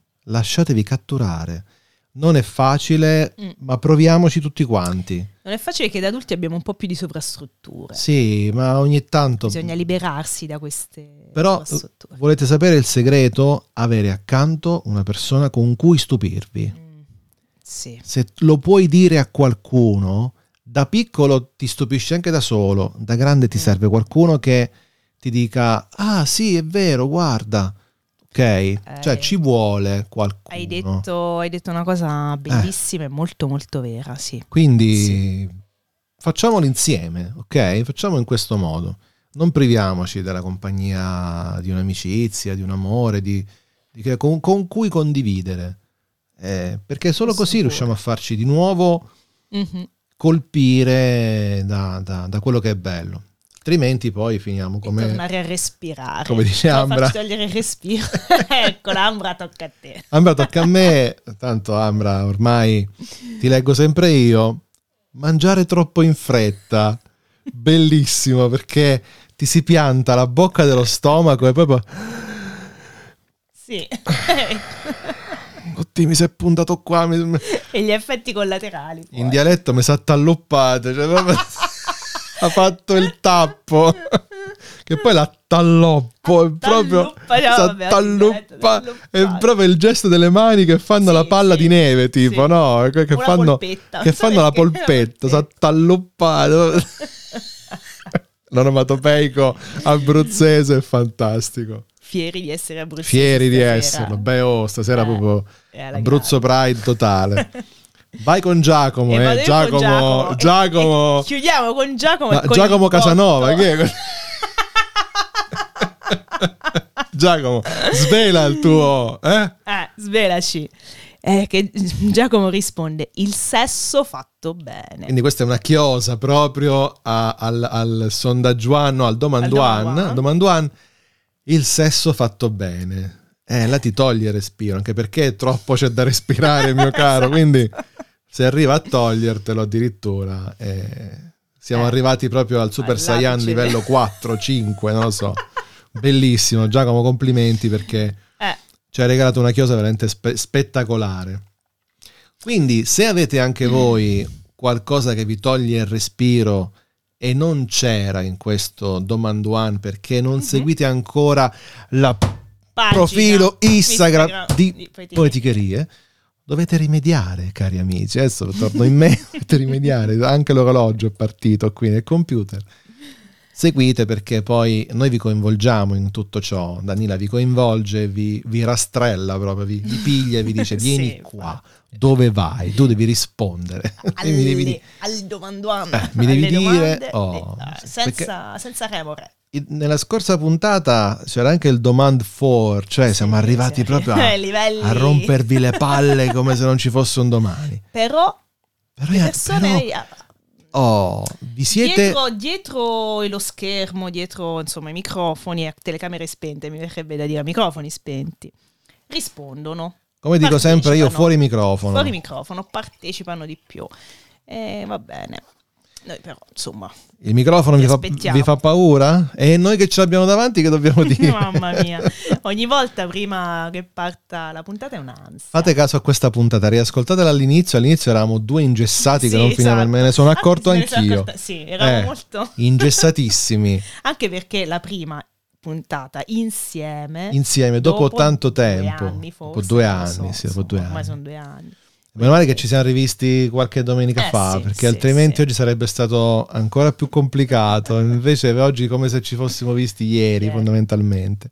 [SPEAKER 1] Non è facile, ma proviamoci tutti quanti.
[SPEAKER 2] Non è facile, che da adulti abbiamo un po' più di sovrastrutture.
[SPEAKER 1] Sì, ma ogni tanto
[SPEAKER 2] bisogna liberarsi da queste
[SPEAKER 1] però
[SPEAKER 2] sovrastrutture.
[SPEAKER 1] Volete sapere il segreto? Avere accanto una persona con cui stupirvi.
[SPEAKER 2] Sì.
[SPEAKER 1] Se lo puoi dire a qualcuno, da piccolo ti stupisci anche da solo, da grande ti serve qualcuno che ti dica: ah sì, è vero, guarda. Ok, cioè ci vuole qualcuno.
[SPEAKER 2] Hai detto una cosa bellissima e molto molto vera, sì.
[SPEAKER 1] Quindi facciamolo insieme, ok? Facciamo in questo modo. Non priviamoci della compagnia di un'amicizia, di un amore, con cui condividere. Perché solo così riusciamo a farci di nuovo colpire da quello che è bello. Altrimenti poi finiamo come...
[SPEAKER 2] tornare a respirare.
[SPEAKER 1] Come dice Ambra.
[SPEAKER 2] Faccio togliere il respiro. Ecco, Ambra, tocca a te.
[SPEAKER 1] Ambra, tocca a me. Tanto Ambra, ormai ti leggo sempre io. Mangiare troppo in fretta. Bellissimo, perché ti si pianta la bocca dello stomaco e proprio...
[SPEAKER 2] Sì.
[SPEAKER 1] Oddio, mi si è puntato qua.
[SPEAKER 2] E gli effetti collaterali. Poi.
[SPEAKER 1] In dialetto mi sa talloppate, cioè proprio... ha fatto il tappo, che poi la talloppo, è proprio è proprio il gesto delle mani che fanno la palla di neve, tipo, no? Che fanno la polpetta, sa talloppato. L'onomatopeico abruzzese è fantastico.
[SPEAKER 2] Fieri di essere abruzzesi.
[SPEAKER 1] Fieri di esserlo. Beh, stasera proprio Abruzzo Pride totale. Vai con Giacomo, Giacomo.
[SPEAKER 2] Chiudiamo con Giacomo.
[SPEAKER 1] Giacomo Casanova, chi è? Giacomo, svela il tuo,
[SPEAKER 2] svelaci. Che Giacomo risponde: il sesso fatto bene.
[SPEAKER 1] Quindi questa è una chiosa proprio al sondaggiuan, no, al domanduan. Il sesso fatto bene. Là ti toglie il respiro, anche perché troppo c'è da respirare, mio caro, quindi se arriva a togliertelo addirittura siamo arrivati proprio al Super Saiyan livello 4, 5, non lo so, Bellissimo, Giacomo, complimenti perché ci hai regalato una chiosa veramente spettacolare. Quindi se avete anche voi qualcosa che vi toglie il respiro e non c'era in questo Demand One perché non seguite ancora la profilo Instagram di Poeticherie, dovete rimediare, cari amici. Adesso torno in me, dovete rimediare, anche l'orologio è partito qui nel computer. Seguite perché poi noi vi coinvolgiamo in tutto ciò. Danila vi coinvolge, vi rastrella proprio, vi piglia e vi dice vieni qua, dove vai? Tu devi rispondere.
[SPEAKER 2] Al domandone.
[SPEAKER 1] Mi devi dire...
[SPEAKER 2] senza remore.
[SPEAKER 1] Nella scorsa puntata c'era anche il demand for, cioè siamo arrivati proprio a rompervi le palle come se non ci fosse un domani.
[SPEAKER 2] Però le persone...
[SPEAKER 1] vi siete
[SPEAKER 2] dietro lo schermo, dietro insomma i microfoni e telecamere spente, mi verrebbe da dire microfoni spenti, rispondono.
[SPEAKER 1] Come dico sempre io, fuori microfono,
[SPEAKER 2] partecipano di più. Va bene. Noi però, insomma...
[SPEAKER 1] Il microfono vi fa paura? E noi che ce l'abbiamo davanti che dobbiamo dire?
[SPEAKER 2] Mamma mia, ogni volta prima che parta la puntata è un'ansia.
[SPEAKER 1] Fate caso a questa puntata, riascoltatela all'inizio eravamo due ingessati che non finivano, me ne sono accorto anch'io.
[SPEAKER 2] Sì, eravamo molto...
[SPEAKER 1] ingessatissimi.
[SPEAKER 2] Anche perché la prima puntata insieme
[SPEAKER 1] dopo tanto tempo.
[SPEAKER 2] 2 anni forse.
[SPEAKER 1] Dopo 2 anni, dopo 2 anni.
[SPEAKER 2] Ormai sono 2 anni.
[SPEAKER 1] Meno male che ci siamo rivisti qualche domenica fa, perché altrimenti oggi sarebbe stato ancora più complicato. Invece oggi è come se ci fossimo visti ieri, fondamentalmente.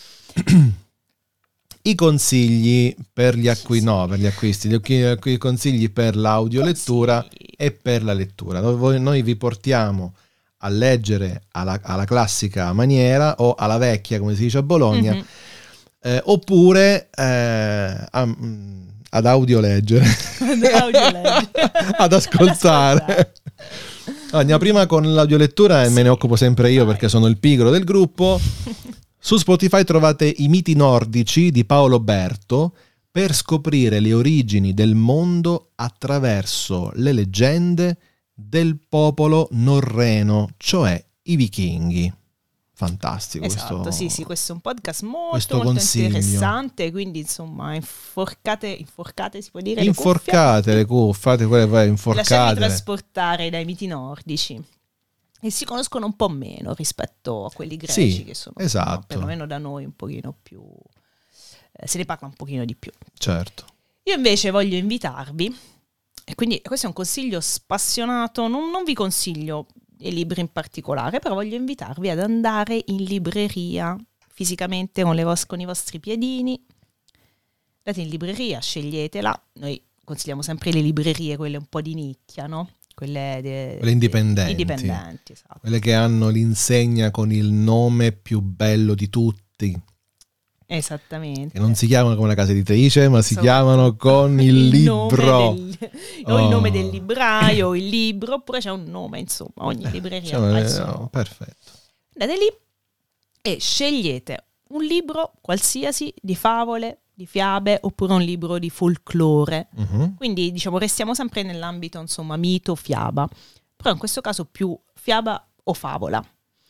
[SPEAKER 1] I consigli per gli acquisti, i consigli per l'audiolettura e per la lettura. Noi vi portiamo a leggere alla classica maniera o alla vecchia, come si dice a Bologna, oppure ad audioleggere, ad ascoltare. Andiamo prima con l'audiolettura e me ne occupo sempre io perché sono il pigro del gruppo. Su Spotify trovate I miti nordici di Paolo Berto per scoprire le origini del mondo attraverso le leggende del popolo norreno, cioè i vichinghi. Fantastico.
[SPEAKER 2] Esatto, questo è un podcast molto interessante, quindi insomma inforcate si può dire,
[SPEAKER 1] le cuffie,
[SPEAKER 2] lasciarvi trasportare dai miti nordici e si conoscono un po' meno rispetto a quelli greci, che sono perlomeno da noi un pochino più se ne parla un pochino di più.
[SPEAKER 1] Certo.
[SPEAKER 2] Io invece voglio invitarvi, e quindi questo è un consiglio spassionato, non vi consiglio i libri in particolare, però voglio invitarvi ad andare in libreria fisicamente con i vostri piedini. Andate in libreria, sceglietela. Noi consigliamo sempre le librerie, quelle un po' di nicchia, no? Quelle indipendenti, esatto.
[SPEAKER 1] Quelle che hanno l'insegna con il nome più bello di tutti.
[SPEAKER 2] Esattamente.
[SPEAKER 1] Che non si chiamano come una casa editrice, ma si chiamano con il libro.
[SPEAKER 2] O il nome del libraio, il libro, oppure c'è un nome, insomma, ogni libreria ha il suo nome.
[SPEAKER 1] Perfetto.
[SPEAKER 2] Andate lì e scegliete un libro qualsiasi di favole, di fiabe, oppure un libro di folklore. Quindi diciamo restiamo sempre nell'ambito, insomma, mito, fiaba, però in questo caso più fiaba o favola.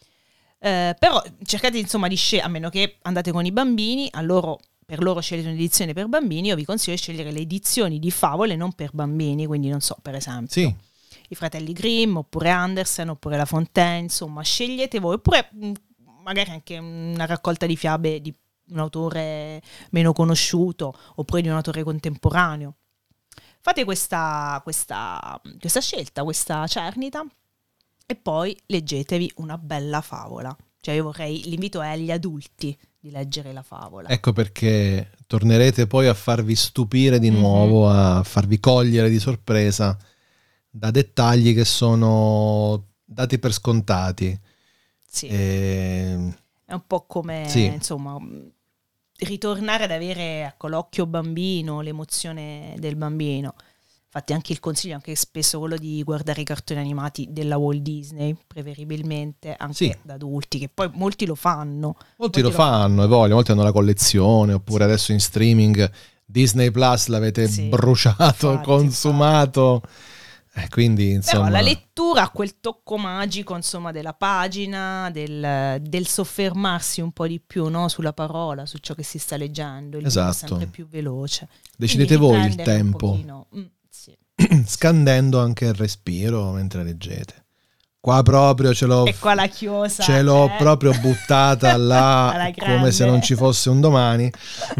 [SPEAKER 2] Però cercate insomma di scegliere, a meno che andate con i bambini, per loro scegliete un'edizione per bambini. Io vi consiglio di scegliere le edizioni di favole non per bambini, quindi non so, per esempio i fratelli Grimm, oppure Andersen, oppure La Fontaine, insomma scegliete voi, oppure magari anche una raccolta di fiabe di un autore meno conosciuto, oppure di un autore contemporaneo. Fate questa scelta, questa cernita, e poi leggetevi una bella favola. Cioè l'invito è agli adulti di leggere la favola.
[SPEAKER 1] Ecco perché tornerete poi a farvi stupire di nuovo, a farvi cogliere di sorpresa da dettagli che sono dati per scontati.
[SPEAKER 2] Sì. È un po' come, insomma, ritornare ad avere l'occhio bambino, l'emozione del bambino. Infatti anche il consiglio, anche spesso quello di guardare i cartoni animati della Walt Disney, preferibilmente anche da adulti, che poi molti lo fanno.
[SPEAKER 1] Molti lo fanno, molti hanno la collezione, oppure adesso in streaming Disney Plus l'avete bruciato, consumato. Quindi, insomma...
[SPEAKER 2] Però la lettura ha quel tocco magico, insomma, della pagina, del soffermarsi un po' di più, no? Sulla parola, su ciò che si sta leggendo. Il libro è sempre più veloce.
[SPEAKER 1] Decidete voi il tempo,
[SPEAKER 2] sì.
[SPEAKER 1] scandendo anche il respiro mentre leggete. Qua proprio ce l'ho...
[SPEAKER 2] E qua la chiosa.
[SPEAKER 1] Ce l'ho proprio buttata là, come se non ci fosse un domani.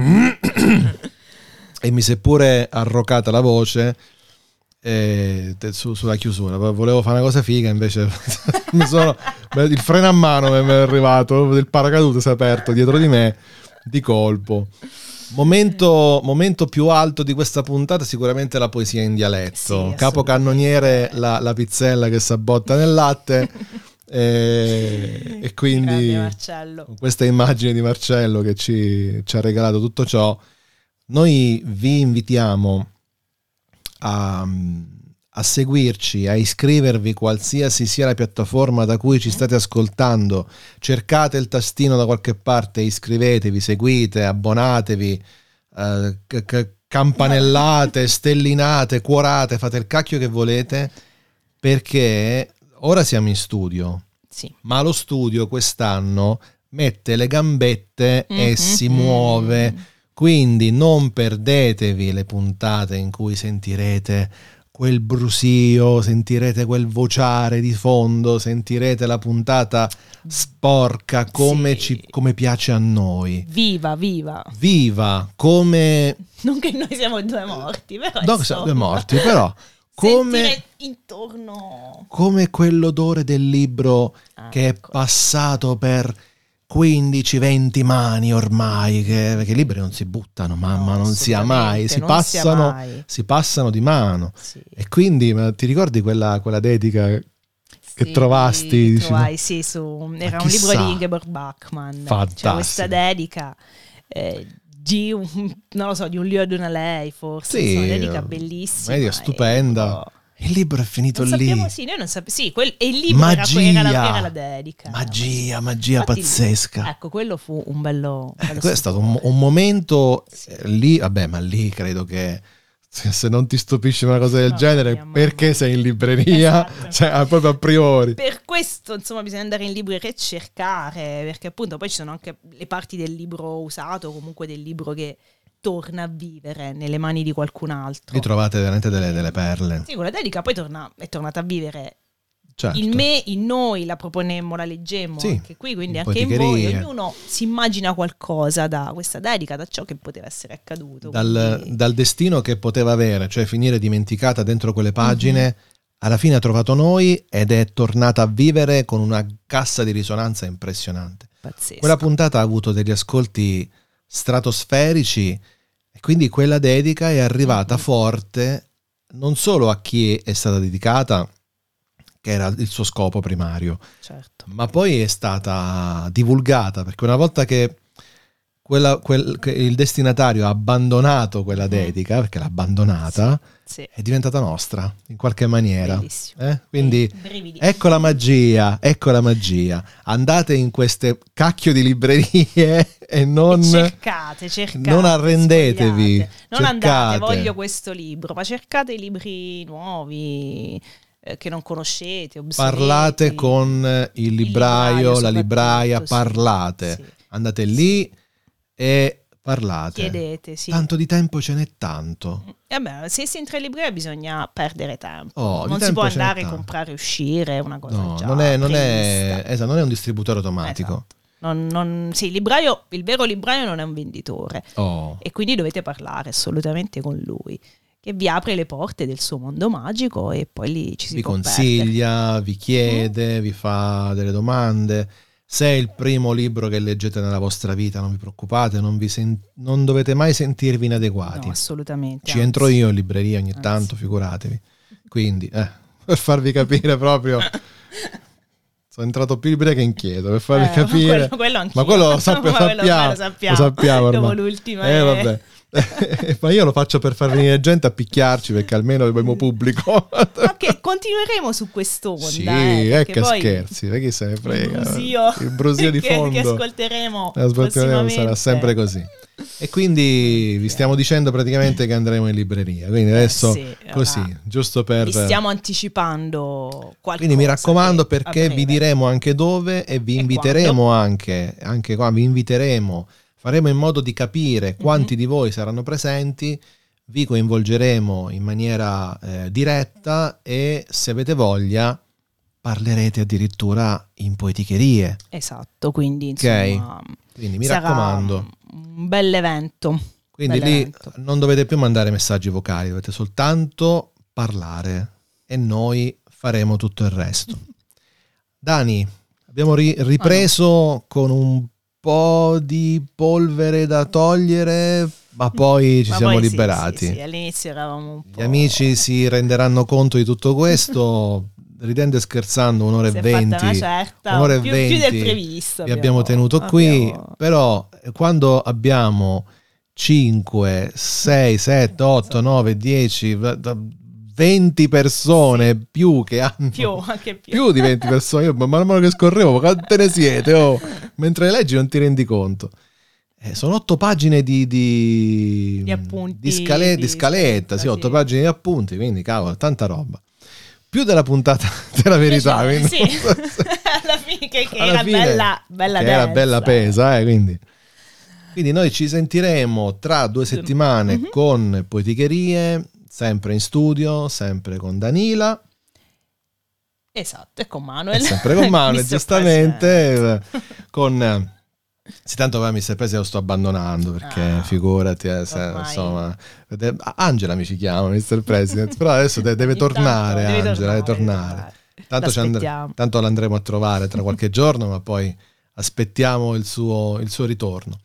[SPEAKER 1] E mi si è pure arrocata la voce sulla chiusura. Volevo fare una cosa figa, invece il freno a mano mi è arrivato, il paracadute si è aperto dietro di me di colpo. Momento più alto di questa puntata sicuramente la poesia in dialetto.
[SPEAKER 2] Sì,
[SPEAKER 1] capocannoniere la pizzella che s'abbotta nel latte. E quindi con questa immagine di Marcello che ci ha regalato tutto ciò, noi vi invitiamo a seguirci, a iscrivervi qualsiasi sia la piattaforma da cui ci state ascoltando. Cercate il tastino da qualche parte, iscrivetevi, seguite, abbonatevi, campanellate, stellinate, cuorate, fate il cacchio che volete, perché ora siamo in studio,
[SPEAKER 2] sì.
[SPEAKER 1] Ma lo studio quest'anno mette le gambette e si muove, quindi non perdetevi le puntate in cui sentirete quel brusio, sentirete quel vociare di fondo, sentirete la puntata sporca come piace a noi. Viva, come...
[SPEAKER 2] Non che noi siamo due morti, però...
[SPEAKER 1] No, siamo due morti, però...
[SPEAKER 2] Come intorno...
[SPEAKER 1] Come quell'odore del libro che è passato per 15-20 mani ormai, perché i libri non si buttano, mamma, non sia mai, si passano di mano. Sì. E quindi, ma ti ricordi quella dedica che trovasti?
[SPEAKER 2] Era un libro di Ingeborg Bachmann. C'era questa dedica di un lui o di una lei, forse.
[SPEAKER 1] Sì,
[SPEAKER 2] una dedica bellissima.
[SPEAKER 1] Media stupenda. Il libro è finito lì.
[SPEAKER 2] Noi non sappiamo. E il libro era la dedica.
[SPEAKER 1] Magia pazzesca.
[SPEAKER 2] Ecco, quello fu un bello
[SPEAKER 1] quello è stato un momento lì, vabbè, ma lì credo che se non ti stupisce una cosa del genere, perché sei in libreria? Esatto. Cioè, proprio a priori.
[SPEAKER 2] Per questo, insomma, bisogna andare in libreria e cercare, perché appunto poi ci sono anche le parti del libro usato, comunque del libro che torna a vivere nelle mani di qualcun altro.
[SPEAKER 1] Vi trovate veramente delle perle.
[SPEAKER 2] Sì, quella dedica poi è tornata a vivere.
[SPEAKER 1] Certo.
[SPEAKER 2] In noi la proponemmo, la leggemmo anche qui, quindi anche in voi. Ognuno si immagina qualcosa da questa dedica, da ciò che poteva essere accaduto.
[SPEAKER 1] Dal destino che poteva avere, cioè finire dimenticata dentro quelle pagine, alla fine ha trovato noi ed è tornata a vivere con una cassa di risonanza impressionante.
[SPEAKER 2] Pazzesco.
[SPEAKER 1] Quella puntata ha avuto degli ascolti stratosferici e quindi quella dedica è arrivata forte non solo a chi è stata dedicata, che era il suo scopo primario,
[SPEAKER 2] certo,
[SPEAKER 1] ma poi è stata divulgata, perché una volta che il destinatario ha abbandonato quella dedica, perché l'ha abbandonata, è diventata nostra in qualche maniera. Quindi ecco la magia. Andate in queste cacchio di librerie e non
[SPEAKER 2] cercate,
[SPEAKER 1] non arrendetevi,
[SPEAKER 2] non andate, voglio questo libro, ma cercate i libri nuovi che non conoscete, obsoleti.
[SPEAKER 1] Parlate con il libraio, la libraia, parlate.
[SPEAKER 2] Sì.
[SPEAKER 1] Andate lì e parlate.
[SPEAKER 2] Chiedete, sì.
[SPEAKER 1] Tanto di tempo ce n'è tanto.
[SPEAKER 2] Se si entra in libreria bisogna perdere tempo. Non si può andare a comprare e uscire, una cosa già
[SPEAKER 1] non è un distributore automatico.
[SPEAKER 2] Esatto. Il vero libraio non è un venditore. E quindi dovete parlare assolutamente con lui, che vi apre le porte del suo mondo magico e poi lì ci si può
[SPEAKER 1] consiglia, vi chiede, vi fa delle domande. Se è il primo libro che leggete nella vostra vita, non vi preoccupate, non dovete mai sentirvi inadeguati.
[SPEAKER 2] No, assolutamente.
[SPEAKER 1] Ci entro io in libreria ogni tanto, figuratevi. Quindi, per farvi capire proprio... Sono entrato più in libreria che in chiesa, per farvi capire.
[SPEAKER 2] Ma quello
[SPEAKER 1] lo sappiamo. Lo sappiamo ormai.
[SPEAKER 2] Dopo l'ultima.
[SPEAKER 1] Vabbè. Ma io lo faccio per far venire gente a picchiarci, perché almeno abbiamo pubblico.
[SPEAKER 2] Ok, continueremo su quest'onda.
[SPEAKER 1] Sì, che scherzi, chi se ne frega. Il brusio di fondo
[SPEAKER 2] che ascolteremo prossimamente
[SPEAKER 1] sarà sempre così. E quindi vi stiamo dicendo praticamente che andremo in libreria. Quindi adesso così, giusto per...
[SPEAKER 2] Vi stiamo anticipando qualcosa.
[SPEAKER 1] Quindi mi raccomando, perché vi diremo anche dove e vi inviteremo anche qua, vi inviteremo, faremo in modo di capire quanti di voi saranno presenti, vi coinvolgeremo in maniera diretta e se avete voglia parlerete addirittura in poeticherie.
[SPEAKER 2] Esatto, quindi insomma...
[SPEAKER 1] Quindi mi raccomando,
[SPEAKER 2] un bell'evento.
[SPEAKER 1] Quindi lì non dovete più mandare messaggi vocali, dovete soltanto parlare e noi faremo tutto il resto. Dani, abbiamo ripreso con un po' di polvere da togliere, ma poi ci siamo liberati.
[SPEAKER 2] Sì, all'inizio eravamo un po'...
[SPEAKER 1] Gli amici si renderanno conto di tutto questo. Ridendo e scherzando, un'ora e 20, un'ora e 20
[SPEAKER 2] più del previsto
[SPEAKER 1] vi abbiamo tenuto qui, però quando abbiamo 5, 6, 7, 8, 9, 10, 20 persone più che hanno
[SPEAKER 2] anche
[SPEAKER 1] più di 20 persone, io man mano che scorrevo, quante ne siete? Mentre leggi non ti rendi conto. Sono 8 pagine di
[SPEAKER 2] appunti,
[SPEAKER 1] di scaletta, sì, 8 pagine di appunti, quindi cavolo, tanta roba. Più della puntata della verità, quindi.
[SPEAKER 2] Sì, alla fine che era bella densa.
[SPEAKER 1] Era bella pesa, quindi noi ci sentiremo tra 2 settimane con Poeticherie, sempre in studio, sempre con Danila.
[SPEAKER 2] Esatto, e con Manuel.
[SPEAKER 1] Sempre con Manuel, giustamente, con... Sì, tanto Mr. President lo sto abbandonando perché figurati, insomma, Angela mi ci chiama Mr. President, però adesso deve tornare, Angela, deve tornare. Tanto l'andremo a trovare tra qualche giorno, ma poi aspettiamo il suo ritorno.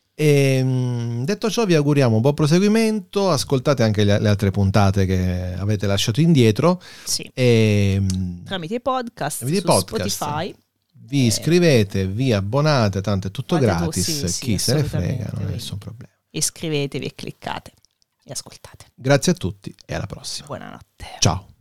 [SPEAKER 1] E detto ciò, vi auguriamo un buon proseguimento, ascoltate anche le altre puntate che avete lasciato indietro.
[SPEAKER 2] Sì.
[SPEAKER 1] Tramite
[SPEAKER 2] i podcast
[SPEAKER 1] su
[SPEAKER 2] Spotify.
[SPEAKER 1] Vi iscrivete, vi abbonate, tanto è tutto gratis,
[SPEAKER 2] sì,
[SPEAKER 1] chi se ne frega, non è nessun problema.
[SPEAKER 2] Iscrivetevi e cliccate e ascoltate.
[SPEAKER 1] Grazie a tutti e alla prossima.
[SPEAKER 2] Buonanotte.
[SPEAKER 1] Ciao.